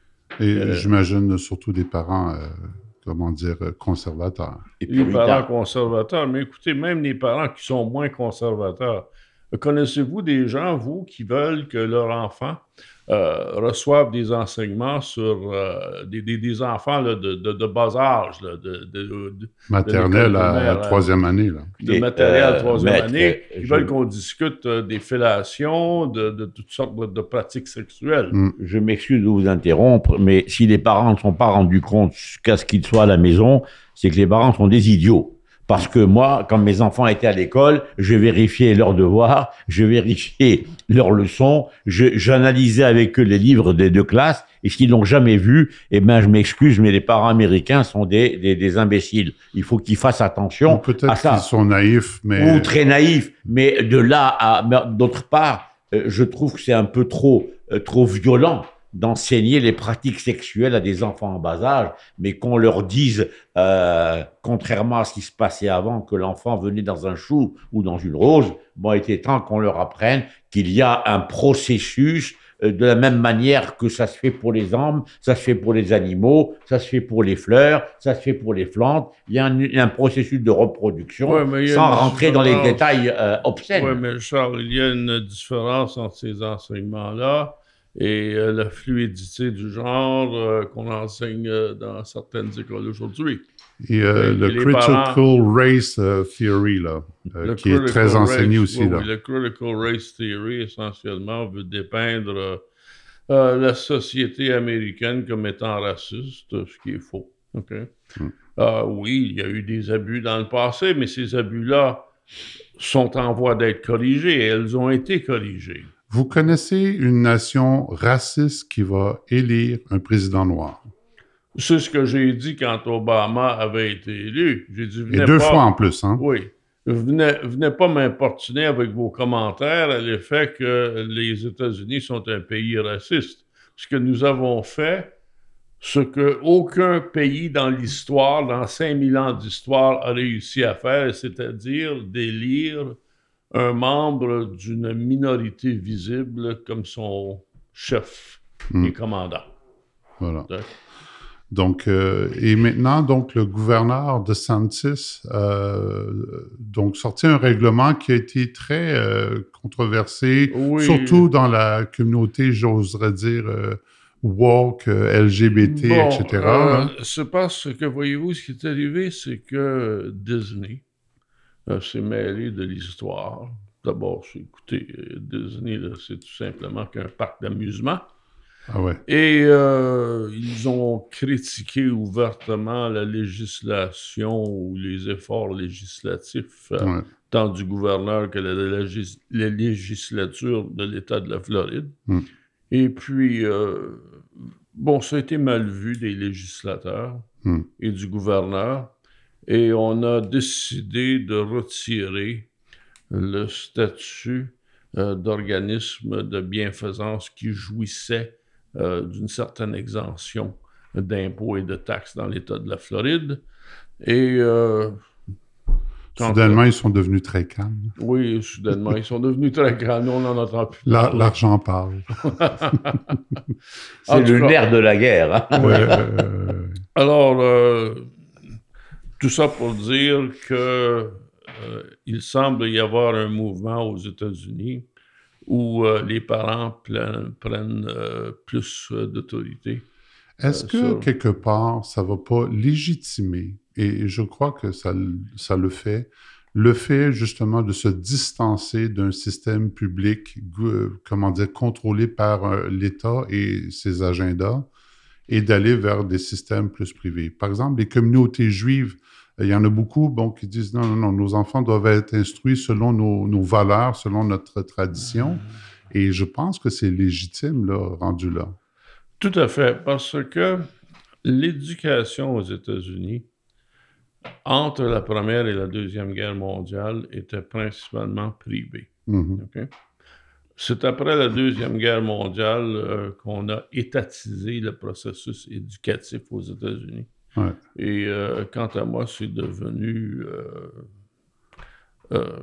Et euh, j'imagine surtout des parents, euh, comment dire, conservateurs. Et les puritains. parents conservateurs, mais écoutez, même les parents qui sont moins conservateurs, connaissez-vous des gens, vous, qui veulent que leur enfant euh, reçoivent des enseignements sur euh, des, des, des enfants là, de, de, de bas âge, là, de, de, de, Maternelle de à primaire, troisième année, là. de Et, matériel euh, à troisième maître, année, je- qui veulent qu'on discute euh, des fellations, de, de toutes sortes de, de pratiques sexuelles. Mm. Je m'excuse de vous interrompre, mais si les parents ne sont pas rendus compte qu'à ce qu'ils soient à la maison, c'est que les parents sont des idiots. Parce que moi, quand mes enfants étaient à l'école, je vérifiais leurs devoirs, je vérifiais leurs leçons, je, j'analysais avec eux les livres des deux classes, et s'ils l'ont jamais vu, eh ben, je m'excuse, mais les parents américains sont des, des, des imbéciles. Il faut qu'ils fassent Ou attention à peut-être ça. qu'ils sont naïfs, mais... Ou très naïfs, mais de là à, mais d'autre part, euh, je trouve que c'est un peu trop, euh, trop violent d'enseigner les pratiques sexuelles à des enfants en bas âge, mais qu'on leur dise, euh, contrairement à ce qui se passait avant, que l'enfant venait dans un chou ou dans une rose, bon, il était temps qu'on leur apprenne qu'il y a un processus euh, de la même manière que ça se fait pour les hommes, ça se fait pour les animaux, ça se fait pour les fleurs, ça se fait pour les plantes. Il y a un, il y a un processus de reproduction, Ouais, mais il y a sans une rentrer dans les différence. détails euh, obscènes. Oui, mais Charles, il y a une différence entre ces enseignements-là et euh, la fluidité du genre euh, qu'on enseigne euh, dans certaines écoles aujourd'hui. Et euh, Et le les Critical parents- Race euh, Theory, là, euh, Le qui est critical très enseigné race, aussi, oui, là. oui, le Critical Race Theory, essentiellement, veut dépeindre euh, euh, la société américaine comme étant raciste, ce qui est faux. OK? Mm. Euh, oui, il y a eu des abus dans le passé, mais ces abus-là sont en voie d'être corrigés et elles ont été corrigées. Vous connaissez une nation raciste qui va élire un président noir? C'est ce que j'ai dit quand Obama avait été élu. J'ai dit, Et venez deux pas... fois en plus, hein? Oui. Venez, venez pas m'importuner avec vos commentaires à l'effet que les États-Unis sont un pays raciste. Ce que nous avons fait, ce qu'aucun pays dans l'histoire, dans cinq mille ans d'histoire, a réussi à faire, c'est-à-dire d'élire un membre d'une minorité visible comme son chef Mm. et commandant. Voilà. Ouais. Donc, euh, et maintenant, donc, le gouverneur de DeSantis euh, donc sorti un règlement qui a été très euh, controversé, Oui. surtout dans la communauté, j'oserais dire, euh, woke, euh, L G B T, Bon, et cetera. euh, hein. c'est parce que, voyez-vous, ce qui est arrivé, c'est que Disney euh, s'est mêlé de l'histoire. D'abord, c'est- écoutez, euh, Disney, là, c'est tout simplement qu'un parc d'amusement. Ah ouais. Et euh, ils ont critiqué ouvertement la législation ou les efforts législatifs, euh, Ouais. tant du gouverneur que de la, légis- la législature de l'État de la Floride. Mm. Et puis, euh, bon, ça a été mal vu des législateurs Mm. et du gouverneur. Et on a décidé de retirer le statut euh, d'organisme de bienfaisance qui jouissait euh, d'une certaine exemption d'impôts et de taxes dans l'État de la Floride. Et euh, quand- Soudainement, ils sont devenus très calmes. oui, soudainement, ils sont devenus très grands. Nous, on n'en entend plus La- parler. L'argent parle. C'est En tout le cas- nerf de la guerre. hein. Euh, Alors, euh, tout ça pour dire que euh, il semble y avoir un mouvement aux États-Unis où euh, les parents prennent, prennent euh, plus euh, d'autorité. Est-ce euh, que, sur... quelque part, ça ne va pas légitimer, et je crois que ça, ça le fait, le fait justement de se distancer d'un système public, euh, comment dire, contrôlé par euh, l'État et ses agendas, et d'aller vers des systèmes plus privés. Par exemple, les communautés juives, il y en a beaucoup bon, qui disent non, non, non, nos enfants doivent être instruits selon nos, nos valeurs, selon notre tradition. Et je pense que c'est légitime, là, rendu là. Tout à fait, parce que l'éducation aux États-Unis, entre la Première et la Deuxième Guerre mondiale, était principalement privée. Mm-hmm. Okay? C'est après la Deuxième Guerre mondiale euh, qu'on a étatisé le processus éducatif aux États-Unis. Ouais. Et euh, quant à moi, c'est devenu... Euh, euh,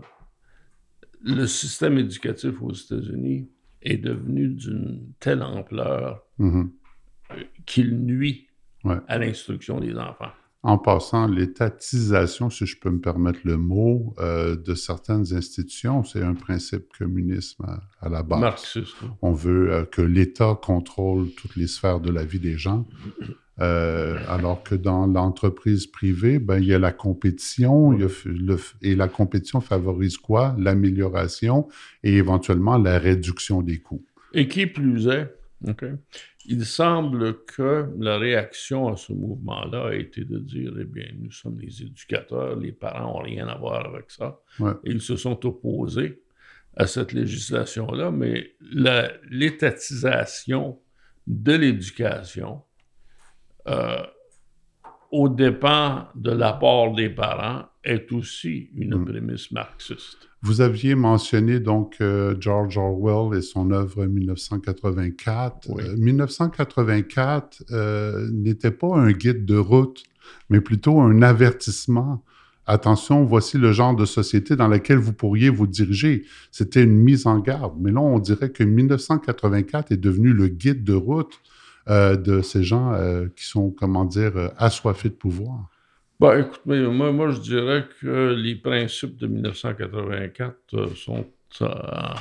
le système éducatif aux États-Unis est devenu d'une telle ampleur mm-hmm. qu'il nuit ouais. à l'instruction des enfants. En passant, l'étatisation, si je peux me permettre le mot, euh, de certaines institutions, c'est un principe communisme à, à la base. Marxiste. On veut euh, que l'État contrôle toutes les sphères de la vie des gens, euh, alors que dans l'entreprise privée, ben, il y a la compétition, il y a le, et la compétition favorise quoi? L'amélioration et éventuellement la réduction des coûts. Et qui plus est, okay, il semble que la réaction à ce mouvement-là a été de dire, eh bien, nous sommes les éducateurs, les parents n'ont rien à voir avec ça. Ouais. Et ils se sont opposés à cette législation-là, mais la, l'étatisation de l'éducation, euh, aux dépens de l'apport des parents, est aussi une mmh. prémisse marxiste. Vous aviez mentionné donc euh, George Orwell et son œuvre dix-neuf cent quatre-vingt-quatre. Oui. Euh, dix-neuf cent quatre-vingt-quatre euh, n'était pas un guide de route, mais plutôt un avertissement. Attention, voici le genre de société dans laquelle vous pourriez vous diriger. C'était une mise en garde. Mais là, on dirait que dix-neuf cent quatre-vingt-quatre est devenu le guide de route euh, de ces gens euh, qui sont, comment dire, euh, assoiffés de pouvoir. Ben, écoute, mais moi, moi, je dirais que les principes de dix-neuf cent quatre-vingt-quatre euh, sont euh,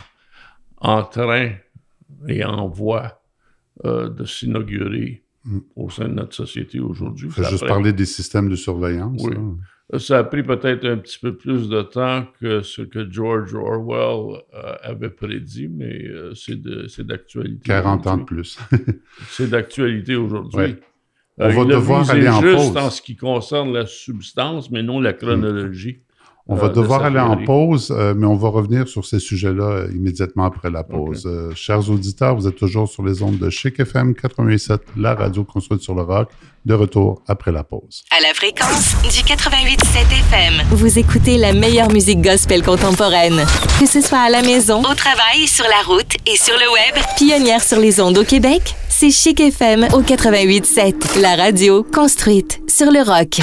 en train et en voie euh, de s'inaugurer mm. au sein de notre société aujourd'hui. Il faut juste après... parler des systèmes de surveillance. Oui. Hein. Ça a pris peut-être un petit peu plus de temps que ce que George Orwell euh, avait prédit, mais euh, c'est, de, c'est d'actualité. quarante ans de plus. C'est d'actualité aujourd'hui. Ouais. Euh, On va il devoir aller en juste pause. en ce qui concerne la substance, mais non la chronologie. On euh, va devoir aller en pause, euh, mais on va revenir sur ces sujets-là euh, immédiatement après la pause. Okay. Euh, chers auditeurs, vous êtes toujours sur les ondes de Chic F M quatre-vingt-huit sept, la radio construite sur le rock. De retour après la pause. À la fréquence du quatre-vingt-huit sept F M. Vous écoutez la meilleure musique gospel contemporaine. Que ce soit à la maison, au travail, sur la route et sur le web. Pionnière sur les ondes au Québec, c'est Chic F M au quatre-vingt-huit sept. La radio construite sur le rock.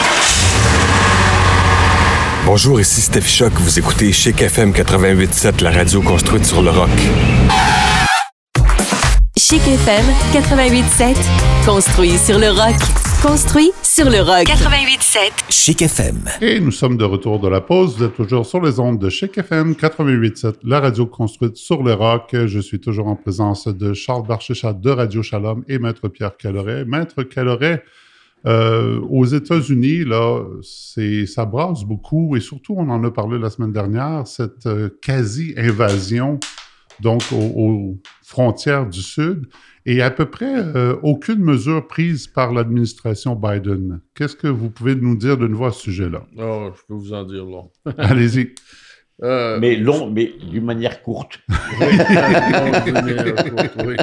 Bonjour, ici Steph Choc. Vous écoutez Chic F M quatre-vingt-huit sept, la radio construite sur le rock. Chic F M quatre-vingt-huit sept, construit sur le rock. Construit sur le rock. quatre-vingt-huit sept. Chic F M. Et nous sommes de retour de la pause. Vous êtes toujours sur les ondes de Chic F M quatre-vingt-huit sept, la radio construite sur le rock. Je suis toujours en présence de Charles Barchéchat de Radio Shalom et Maître Pierre Caloret. Maître Caloret, euh, aux États-Unis, là, c'est, ça brasse beaucoup et surtout, on en a parlé la semaine dernière, cette euh, quasi-invasion donc aux, aux frontières du Sud, et à peu près euh, aucune mesure prise par l'administration Biden. Qu'est-ce que vous pouvez nous dire de nouveau à ce sujet-là? Oh, je peux vous en dire long. Allez-y. Euh, mais long, mais d'une manière courte. Oui, d'une manière courte, oui.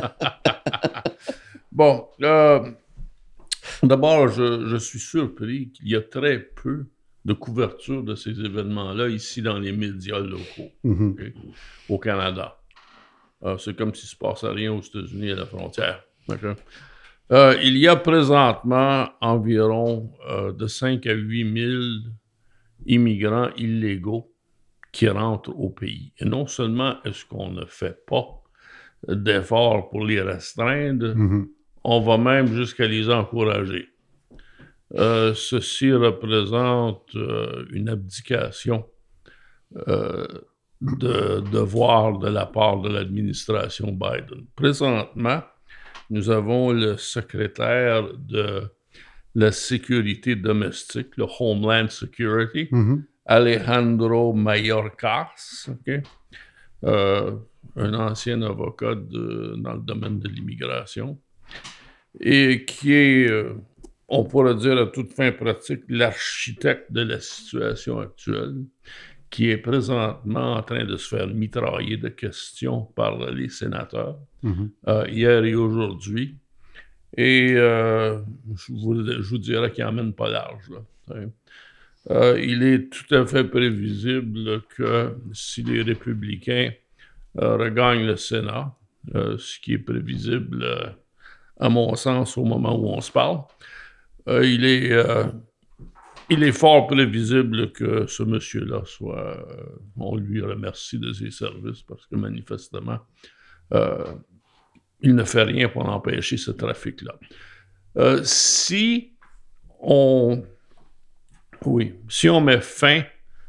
Bon, euh, d'abord, je, je suis surpris qu'il y a très peu de couverture de ces événements-là ici dans les médias locaux, mm-hmm. okay, au Canada. Euh, c'est comme s'il ne se passait rien aux États-Unis à la frontière. Okay? Euh, il y a présentement environ euh, de cinq à huit mille immigrants illégaux qui rentrent au pays. Et non seulement est-ce qu'on ne fait pas d'efforts pour les restreindre, mm-hmm. on va même jusqu'à les encourager. Euh, ceci représente euh, une abdication euh, de devoir de la part de l'administration Biden. Présentement, nous avons le secrétaire de la sécurité domestique, le Homeland Security, mm-hmm. Alejandro Mayorkas, okay? euh, un ancien avocat de, dans le domaine de l'immigration, et qui est, euh, on pourrait dire à toute fin pratique, l'architecte de la situation actuelle, qui est présentement en train de se faire mitrailler de questions par les sénateurs, mm-hmm. euh, hier et aujourd'hui. Et euh, je, vous, je vous dirais qu'il n'emmène pas large. Là, euh, il est tout à fait prévisible que si les républicains euh, regagnent le Sénat, euh, ce qui est prévisible, euh, à mon sens, au moment où on se parle, euh, il est... Euh, Il est fort prévisible que ce monsieur-là soit... Euh, on lui remercie de ses services parce que manifestement, euh, il ne fait rien pour empêcher ce trafic-là. Euh, si on... Oui, si on met fin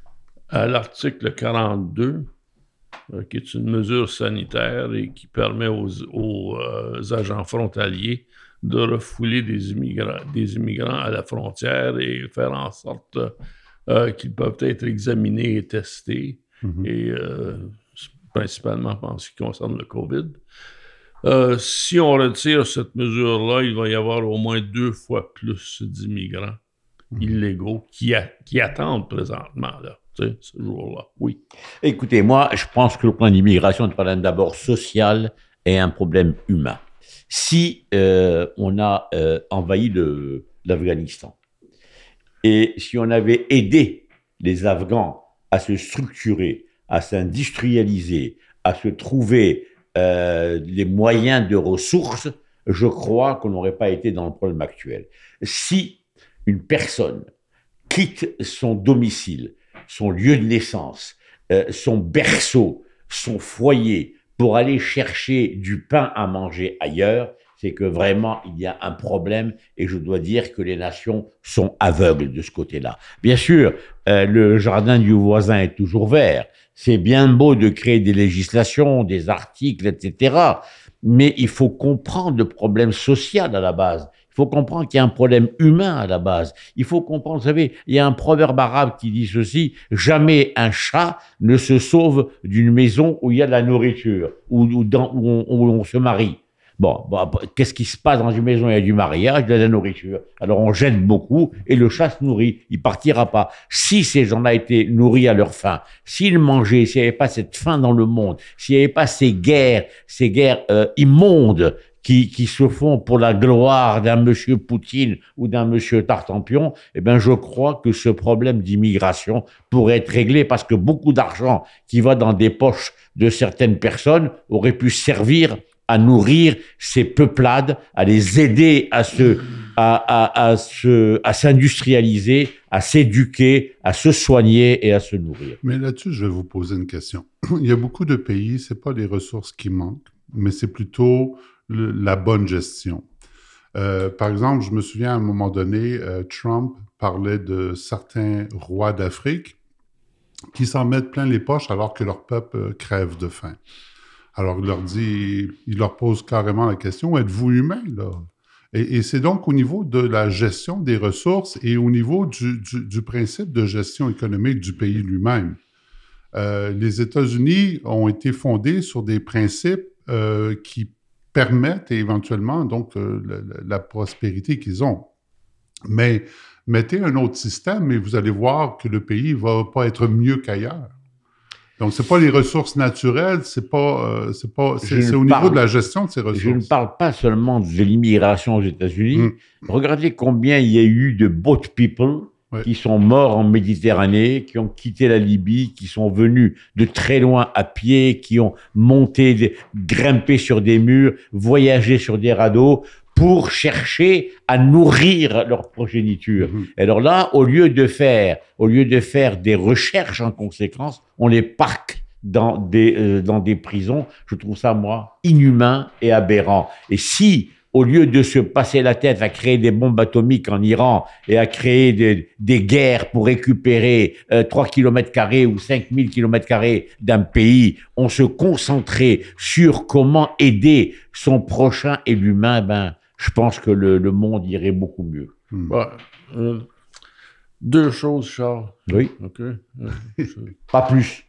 à l'article quarante-deux, euh, qui est une mesure sanitaire et qui permet aux, aux euh, agents frontaliers de refouler des immigrants, des immigrants à la frontière et faire en sorte euh, qu'ils peuvent être examinés et testés, mm-hmm. et euh, principalement en ce qui concerne le COVID. Euh, si on retire cette mesure-là, il va y avoir au moins deux fois plus d'immigrants mm-hmm. illégaux qui, a, qui attendent présentement, là, tu sais, ce jour-là. Oui. Écoutez, moi, je pense que le problème d'immigration est un problème d'abord social et un problème humain. Si euh, on a euh, envahi le, l'Afghanistan et si on avait aidé les Afghans à se structurer, à s'industrialiser, à se trouver euh, les moyens de ressources, je crois qu'on n'aurait pas été dans le problème actuel. Si une personne quitte son domicile, son lieu de naissance, euh, son berceau, son foyer, pour aller chercher du pain à manger ailleurs, c'est que vraiment, il y a un problème et je dois dire que les nations sont aveugles de ce côté-là. Bien sûr, euh, le jardin du voisin est toujours vert. C'est bien beau de créer des législations, des articles, et cetera. Mais il faut comprendre le problème social à la base. Il faut comprendre qu'il y a un problème humain à la base. Il faut comprendre, vous savez, il y a un proverbe arabe qui dit ceci, jamais un chat ne se sauve d'une maison où il y a de la nourriture, où, où, dans, où, on, où on se marie. Bon, bon, qu'est-ce qui se passe dans une maison où il y a du mariage, il y a de la nourriture. Alors on jette beaucoup et le chat se nourrit, il partira pas. Si ces gens-là étaient nourris à leur faim, s'ils mangeaient, s'il n'y avait pas cette faim dans le monde, s'il n'y avait pas ces guerres, ces guerres euh, immondes, Qui, qui se font pour la gloire d'un monsieur Poutine ou d'un monsieur Tartampion, eh bien, je crois que ce problème d'immigration pourrait être réglé parce que beaucoup d'argent qui va dans des poches de certaines personnes aurait pu servir à nourrir ces peuplades, à les aider à se, à, à, à se, à s'industrialiser, à s'éduquer, à se soigner et à se nourrir. Mais là-dessus, je vais vous poser une question. Il y a beaucoup de pays, c'est pas les ressources qui manquent, mais c'est plutôt Le, la bonne gestion. Euh, par exemple, je me souviens à un moment donné, euh, Trump parlait de certains rois d'Afrique qui s'en mettent plein les poches alors que leur peuple euh, crève de faim. Alors, il leur dit, il leur pose carrément la question, êtes-vous humain, là? Et, et c'est donc au niveau de la gestion des ressources et au niveau du, du, du principe de gestion économique du pays lui-même. Euh, les États-Unis ont été fondés sur des principes euh, qui permettent éventuellement donc euh, la, la prospérité qu'ils ont. Mais mettez un autre système et vous allez voir que le pays ne va pas être mieux qu'ailleurs. Donc, ce n'est pas les ressources naturelles, c'est, pas, euh, c'est, pas, c'est, c'est au parle, niveau de la gestion de ces ressources. Je ne parle pas seulement de l'immigration aux États-Unis. Mm. Regardez combien il y a eu de boat people ouais. qui sont morts en Méditerranée, qui ont quitté la Libye, qui sont venus de très loin à pied, qui ont monté, des, grimpé sur des murs, voyagé sur des radeaux pour chercher à nourrir leur progéniture. Mmh. Et alors là, au lieu de faire, au lieu de faire des recherches en conséquence, on les parque dans des, euh, dans des prisons. Je trouve ça, moi, inhumain et aberrant. Et si au lieu de se passer la tête à créer des bombes atomiques en Iran et à créer des, des guerres pour récupérer euh, trois kilomètres carrés ou cinq mille kilomètres carrés d'un pays, on se concentrait sur comment aider son prochain et l'humain, ben, je pense que le, le monde irait beaucoup mieux. Hmm. Ouais. Euh, deux choses, Charles. Oui. OK. Pas plus.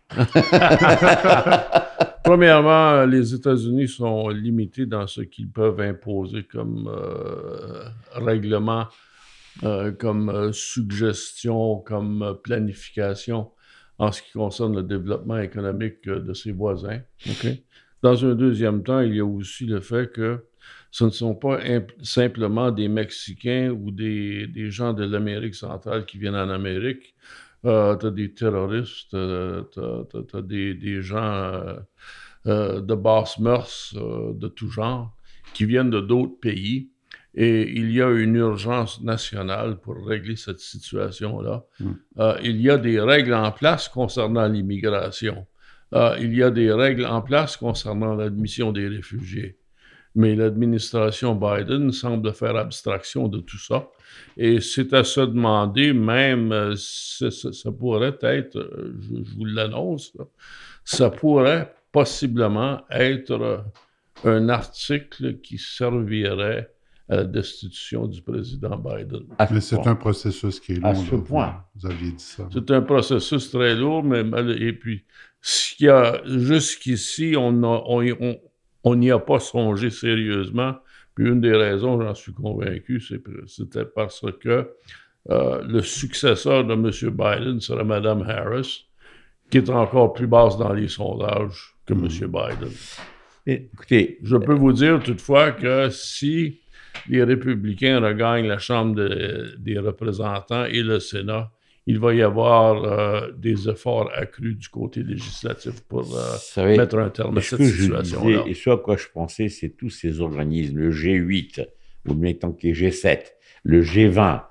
Premièrement, les États-Unis sont limités dans ce qu'ils peuvent imposer comme euh, règlement, euh, comme euh, suggestion, comme euh, planification en ce qui concerne le développement économique euh, de ses voisins. Okay? Dans un deuxième temps, il y a aussi le fait que ce ne sont pas imp- simplement des Mexicains ou des, des gens de l'Amérique centrale qui viennent en Amérique. Euh, tu as des terroristes, euh, tu as des, des gens euh, euh, de basse mœurs, euh, de tout genre, qui viennent de d'autres pays. Et il y a une urgence nationale pour régler cette situation-là. Mm. Euh, il y a des règles en place concernant l'immigration. Euh, il y a des règles en place concernant l'admission des réfugiés. Mais l'administration Biden semble faire abstraction de tout ça. Et c'est à se demander, même, euh, ça, ça pourrait être, euh, je, je vous l'annonce, là, ça pourrait possiblement être euh, un article qui servirait à la destitution du président Biden. Mais c'est un processus qui est long. À ce là, point. Vous, vous aviez dit ça. C'est un processus très lourd, mais et puis, ce qu'il y a jusqu'ici, on a, on, on On n'y a pas songé sérieusement. Puis une des raisons, j'en suis convaincu, c'est, c'était parce que euh, le successeur de M. Biden serait Mme Harris, qui est encore plus basse dans les sondages que M. Biden. Et, écoutez, je peux vous dire toutefois que si les républicains regagnent la Chambre de, des représentants et le Sénat, il va y avoir euh, des efforts accrus du côté législatif pour euh, savez, mettre un terme à cette situation-là. Et ce à quoi je pensais, c'est tous ces organismes, le G huit, ou maintenant qui est G sept, le G vingt,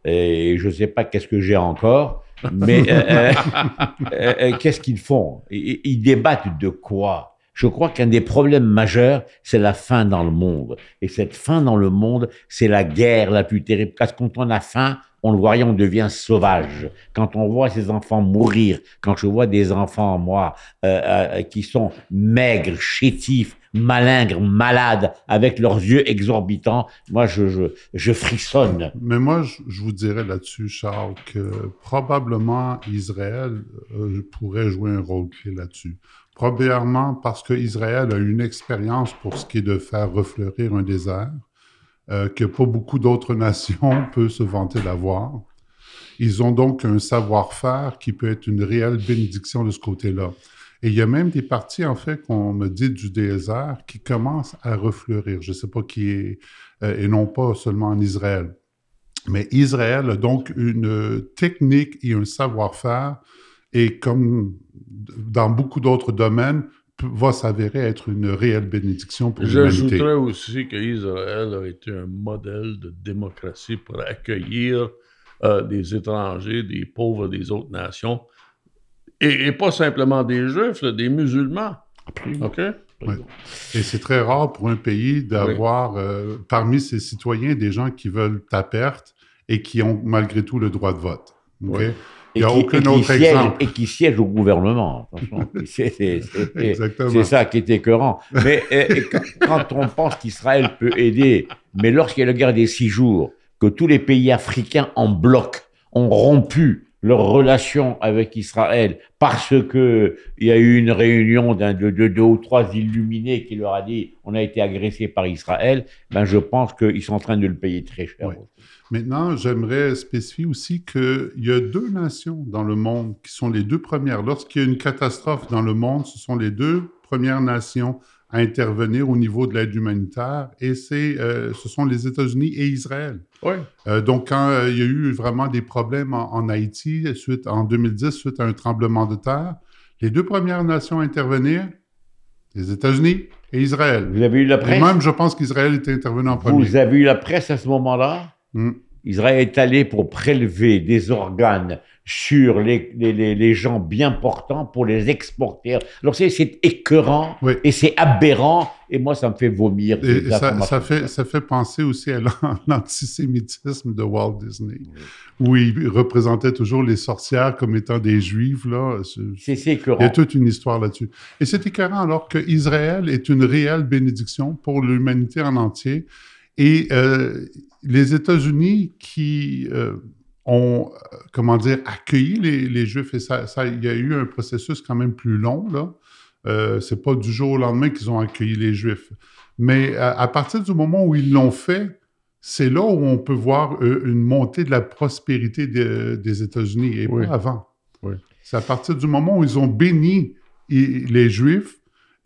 et je ne sais pas qu'est-ce que j'ai encore, mais euh, euh, euh, qu'est-ce qu'ils font? Ils, ils débattent de quoi? Je crois qu'un des problèmes majeurs, c'est la faim dans le monde. Et cette faim dans le monde, c'est la guerre la plus terrible. Parce que quand on a faim, on le voit, on devient sauvage. Quand on voit ces enfants mourir, quand je vois des enfants, moi, euh, euh, qui sont maigres, chétifs, malingres, malades, avec leurs yeux exorbitants, moi, je, je, je frissonne. Mais moi, je, je vous dirais là-dessus, Charles, que probablement Israël euh, pourrait jouer un rôle clé là-dessus. Premièrement, parce qu'Israël a une expérience pour ce qui est de faire refleurir un désert, euh, que pas beaucoup d'autres nations peuvent se vanter d'avoir. Ils ont donc un savoir-faire qui peut être une réelle bénédiction de ce côté-là. Et il y a même des parties, en fait, qu'on me dit du désert qui commencent à refleurir. Je ne sais pas qui est, euh, et non pas seulement en Israël. Mais Israël a donc une technique et un savoir-faire, et comme dans beaucoup d'autres domaines, va s'avérer être une réelle bénédiction pour l'humanité. J'ajouterais aussi qu'Israël a été un modèle de démocratie pour accueillir euh, des étrangers, des pauvres des autres nations, et, et pas simplement des Juifs, là, des musulmans. OK? Oui. Et c'est très rare pour un pays d'avoir oui. euh, parmi ses citoyens des gens qui veulent ta perte et qui ont malgré tout le droit de vote. Okay? Oui. Il n'y a qui, aucun et autre siège, exemple. Et qui siège au gouvernement. C'est, c'est, c'est, c'est ça qui est écœurant. Mais et, et quand, quand on pense qu'Israël peut aider, mais lorsqu'il y a la guerre des six jours, que tous les pays africains en bloc ont rompu leur relation avec Israël parce que il y a eu une réunion d'un, de, de deux ou trois illuminés qui leur a dit on a été agressé par Israël, ben je pense qu'ils sont en train de le payer très cher. Oui. Maintenant, j'aimerais spécifier aussi qu'il y a deux nations dans le monde qui sont les deux premières. Lorsqu'il y a une catastrophe dans le monde, ce sont les deux premières nations à intervenir au niveau de l'aide humanitaire, et c'est, euh, ce sont les États-Unis et Israël. Oui. Euh, donc, quand euh, il y a eu vraiment des problèmes en, en Haïti, suite, en deux mille dix, suite à un tremblement de terre, les deux premières nations à intervenir, les États-Unis et Israël. Vous avez eu la presse? Et même, je pense qu'Israël était intervenu en premier. Vous avez eu la presse à ce moment-là? Mm. Israël est allé pour prélever des organes sur les, les, les, les gens bien portants pour les exporter. Alors c'est, c'est écœurant oui. et c'est aberrant et moi ça me fait vomir. Et, et ça, ça, fait, ça fait penser aussi à l'antisémitisme de Walt Disney, oui. où il représentait toujours les sorcières comme étant des juifs. Là. C'est, c'est écœurant. Il y a toute une histoire là-dessus. Et c'est écœurant alors qu'Israël est une réelle bénédiction pour l'humanité en entier. Et euh, les États-Unis qui... Euh, ont, comment dire, accueilli les, les Juifs. Et ça, ça, il y a eu un processus quand même plus long, là. Euh, c'est pas du jour au lendemain qu'ils ont accueilli les Juifs. Mais à, à partir du moment où ils l'ont fait, c'est là où on peut voir euh, une montée de la prospérité de, des États-Unis, et oui. pas avant. Oui. C'est à partir du moment où ils ont béni les Juifs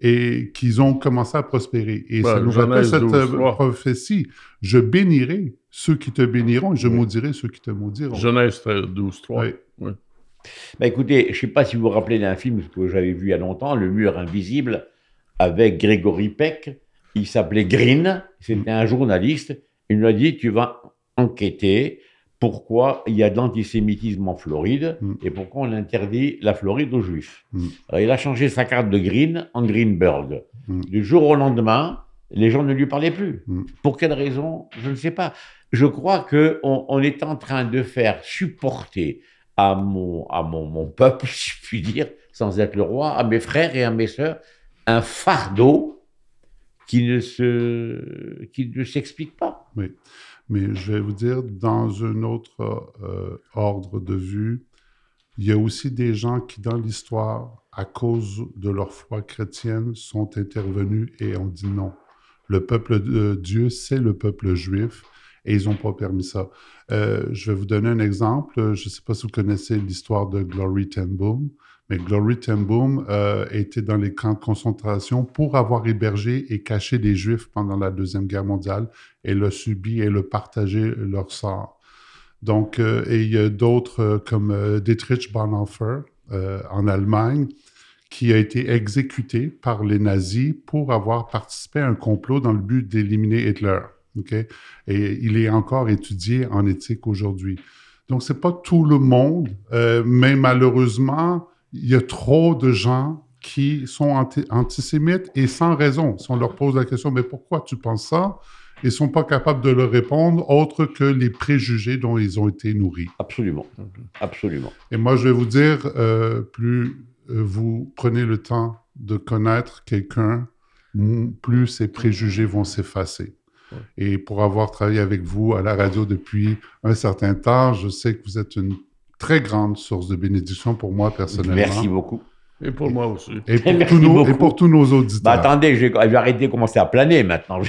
et qu'ils ont commencé à prospérer. Et ben, ça nous rappelle cette douze, prophétie. Je bénirai ceux qui te béniront et je oui. maudirai ceux qui te maudiront. Genèse douze, trois. Oui. oui. Ben écoutez, je ne sais pas si vous vous rappelez d'un film que j'avais vu il y a longtemps, Le Mur Invisible, avec Grégory Peck. Il s'appelait Green, c'était un journaliste. Il nous a dit, tu vas enquêter pourquoi il y a de l'antisémitisme en Floride mm. et pourquoi on interdit la Floride aux Juifs. Mm. Alors, il a changé sa carte de Green en Greenberg. Mm. Du jour au lendemain, les gens ne lui parlaient plus. Mm. Pour quelle raison? Je ne sais pas. Je crois qu'on on est en train de faire supporter à, mon, à mon, mon peuple, si je puis dire, sans être le roi, à mes frères et à mes sœurs, un fardeau qui ne, se, qui ne s'explique pas. Oui. Mais je vais vous dire, dans un autre euh, ordre de vue, il y a aussi des gens qui, dans l'histoire, à cause de leur foi chrétienne, sont intervenus et ont dit non. Le peuple de Dieu, c'est le peuple juif, et ils n'ont pas permis ça. Euh, je vais vous donner un exemple. Je ne sais pas si vous connaissez l'histoire de Glory ten Boom, mais Glory ten Boom euh, était dans les camps de concentration pour avoir hébergé et caché des Juifs pendant la Deuxième Guerre mondiale et le subi et le partagé leur sort. Donc, euh, et il y a d'autres euh, comme euh, Dietrich Bonhoeffer euh, en Allemagne qui a été exécuté par les nazis pour avoir participé à un complot dans le but d'éliminer Hitler. Okay? Et il est encore étudié en éthique aujourd'hui. Donc, c'est pas tout le monde, euh, mais malheureusement, il y a trop de gens qui sont anti- antisémites et sans raison. Si on leur pose la question, mais pourquoi tu penses ça? Ils ne sont pas capables de leur répondre autre que les préjugés dont ils ont été nourris. Absolument. Absolument. Et moi, je vais vous dire, euh, plus euh, vous prenez le temps de connaître quelqu'un, plus ces préjugés vont s'effacer. Et pour avoir travaillé avec vous à la radio depuis un certain temps, je sais que vous êtes une très grande source de bénédiction pour moi personnellement. Merci beaucoup. Et pour moi aussi. Et pour, tous nos, et pour tous nos auditeurs. Bah attendez, je vais, je vais arrêter de commencer à planer maintenant.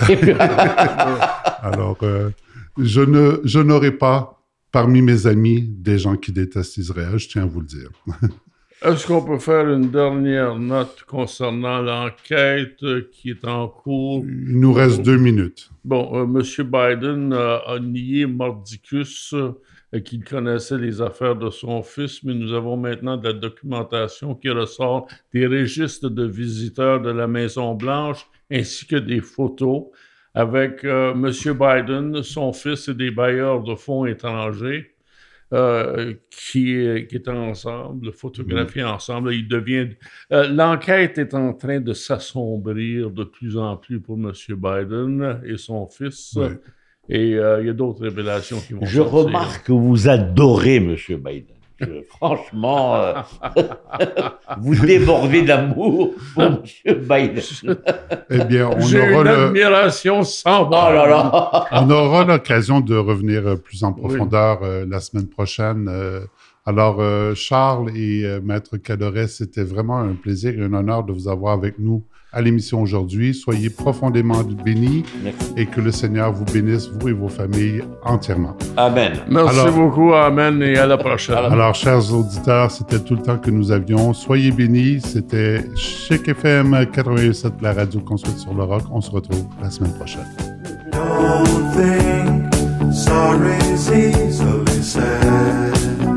Alors, euh, je, ne, je n'aurai pas parmi mes amis des gens qui détestent Israël, je tiens à vous le dire. Est-ce qu'on peut faire une dernière note concernant l'enquête qui est en cours? Il nous reste deux minutes. Bon, euh, M. Biden euh, a nié mordicus euh, qu'il connaissait les affaires de son fils, mais nous avons maintenant de la documentation qui ressort des registres de visiteurs de la Maison-Blanche ainsi que des photos avec euh, M. Biden, son fils et des bailleurs de fonds étrangers. Euh, qui, qui étaient ensemble, photographiés mmh. ensemble. Il devient, euh, l'enquête est en train de s'assombrir de plus en plus pour M. Biden et son fils. Oui. Et euh, il y a d'autres révélations qui vont Je sortir. remarque que vous adorez M. Biden. Je, franchement, euh, vous débordez d'amour pour M. Biden. Eh bien, on J'ai aura une le... admiration sans oh là là. On aura l'occasion de revenir plus en profondeur oui. euh, la semaine prochaine. Euh, alors, euh, Charles et euh, Maître Cadoret, c'était vraiment un plaisir et un honneur de vous avoir avec nous à l'émission aujourd'hui. Soyez profondément bénis Merci. Et que le Seigneur vous bénisse, vous et vos familles, entièrement. Amen. Merci alors, beaucoup, amen, et à la prochaine. Alors, chers auditeurs, c'était tout le temps que nous avions. Soyez bénis. C'était Chic F M quatre-vingt-huit sept, la radio construite sur le rock. On se retrouve la semaine prochaine. Don't think sorry's easily said.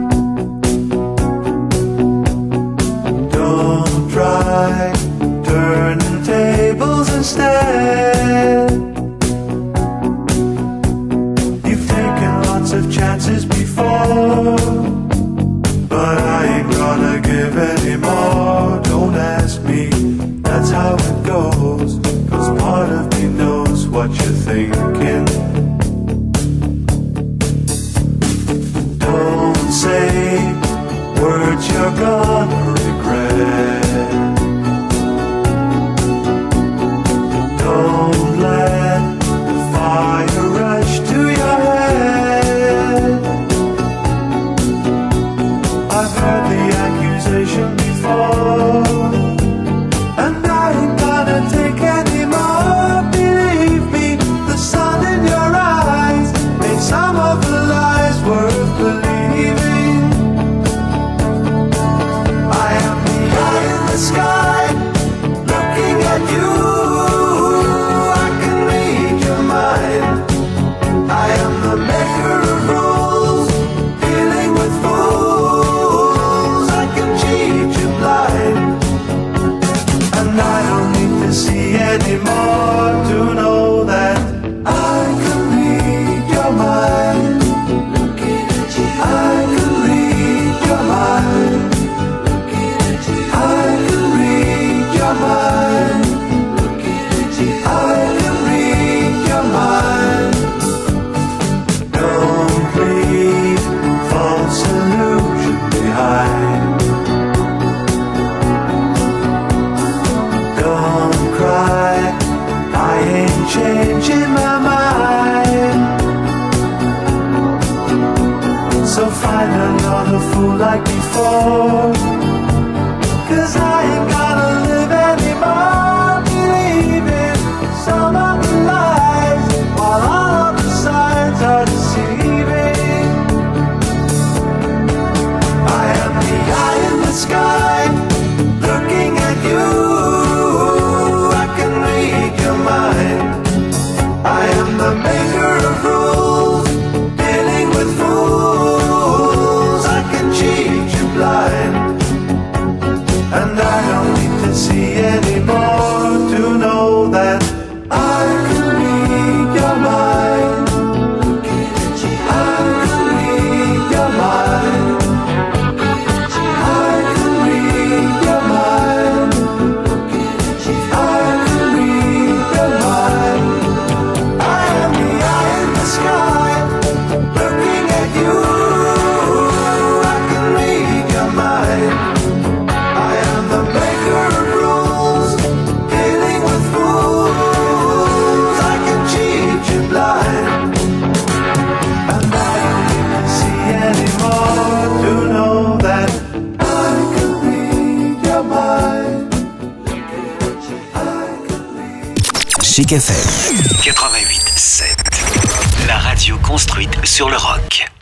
Don't try turn the tables instead. You've taken lots of live anymore. Don't ask me, that's how it goes. Cause part of me knows what you're thinking. Don't say words you're gonna regret. Don't let the fire rush to your head. I've heard the accusation before, and I ain't gonna take any more. Believe me, the sun in your eyes made some of the lies worth believing. I am the eye in the sky, looking at you. I can read your mind. I am the maker of rules, dealing with fools. I can cheat you blind, and I don't need to see anymore to know that I can read your mind. I can read your mind. I can read your mind. I can read your mind. Don't leave false illusion behind. Don't cry, I ain't changing my mind. So find another fool like before, cause I ain't gonna live anymore believing some of the lies, while all of the signs are deceiving. I am the eye in the sky, looking at you. I can read your mind. I am the maker of rules, dealing with fools. I can cheat you blind, and I don't need to see anymore to know that I can read your mind. I can read your mind. I can read your mind. I can read your mind. I am the eye in the sky, looking at you. I can read your mind. I am the maker of rules, dealing with fools. I can cheat you blind, and I don't need to see anymore to know that I can read your mind. I can read. Chic F M quatre-vingt-huit sept. La radio construite sur le rock.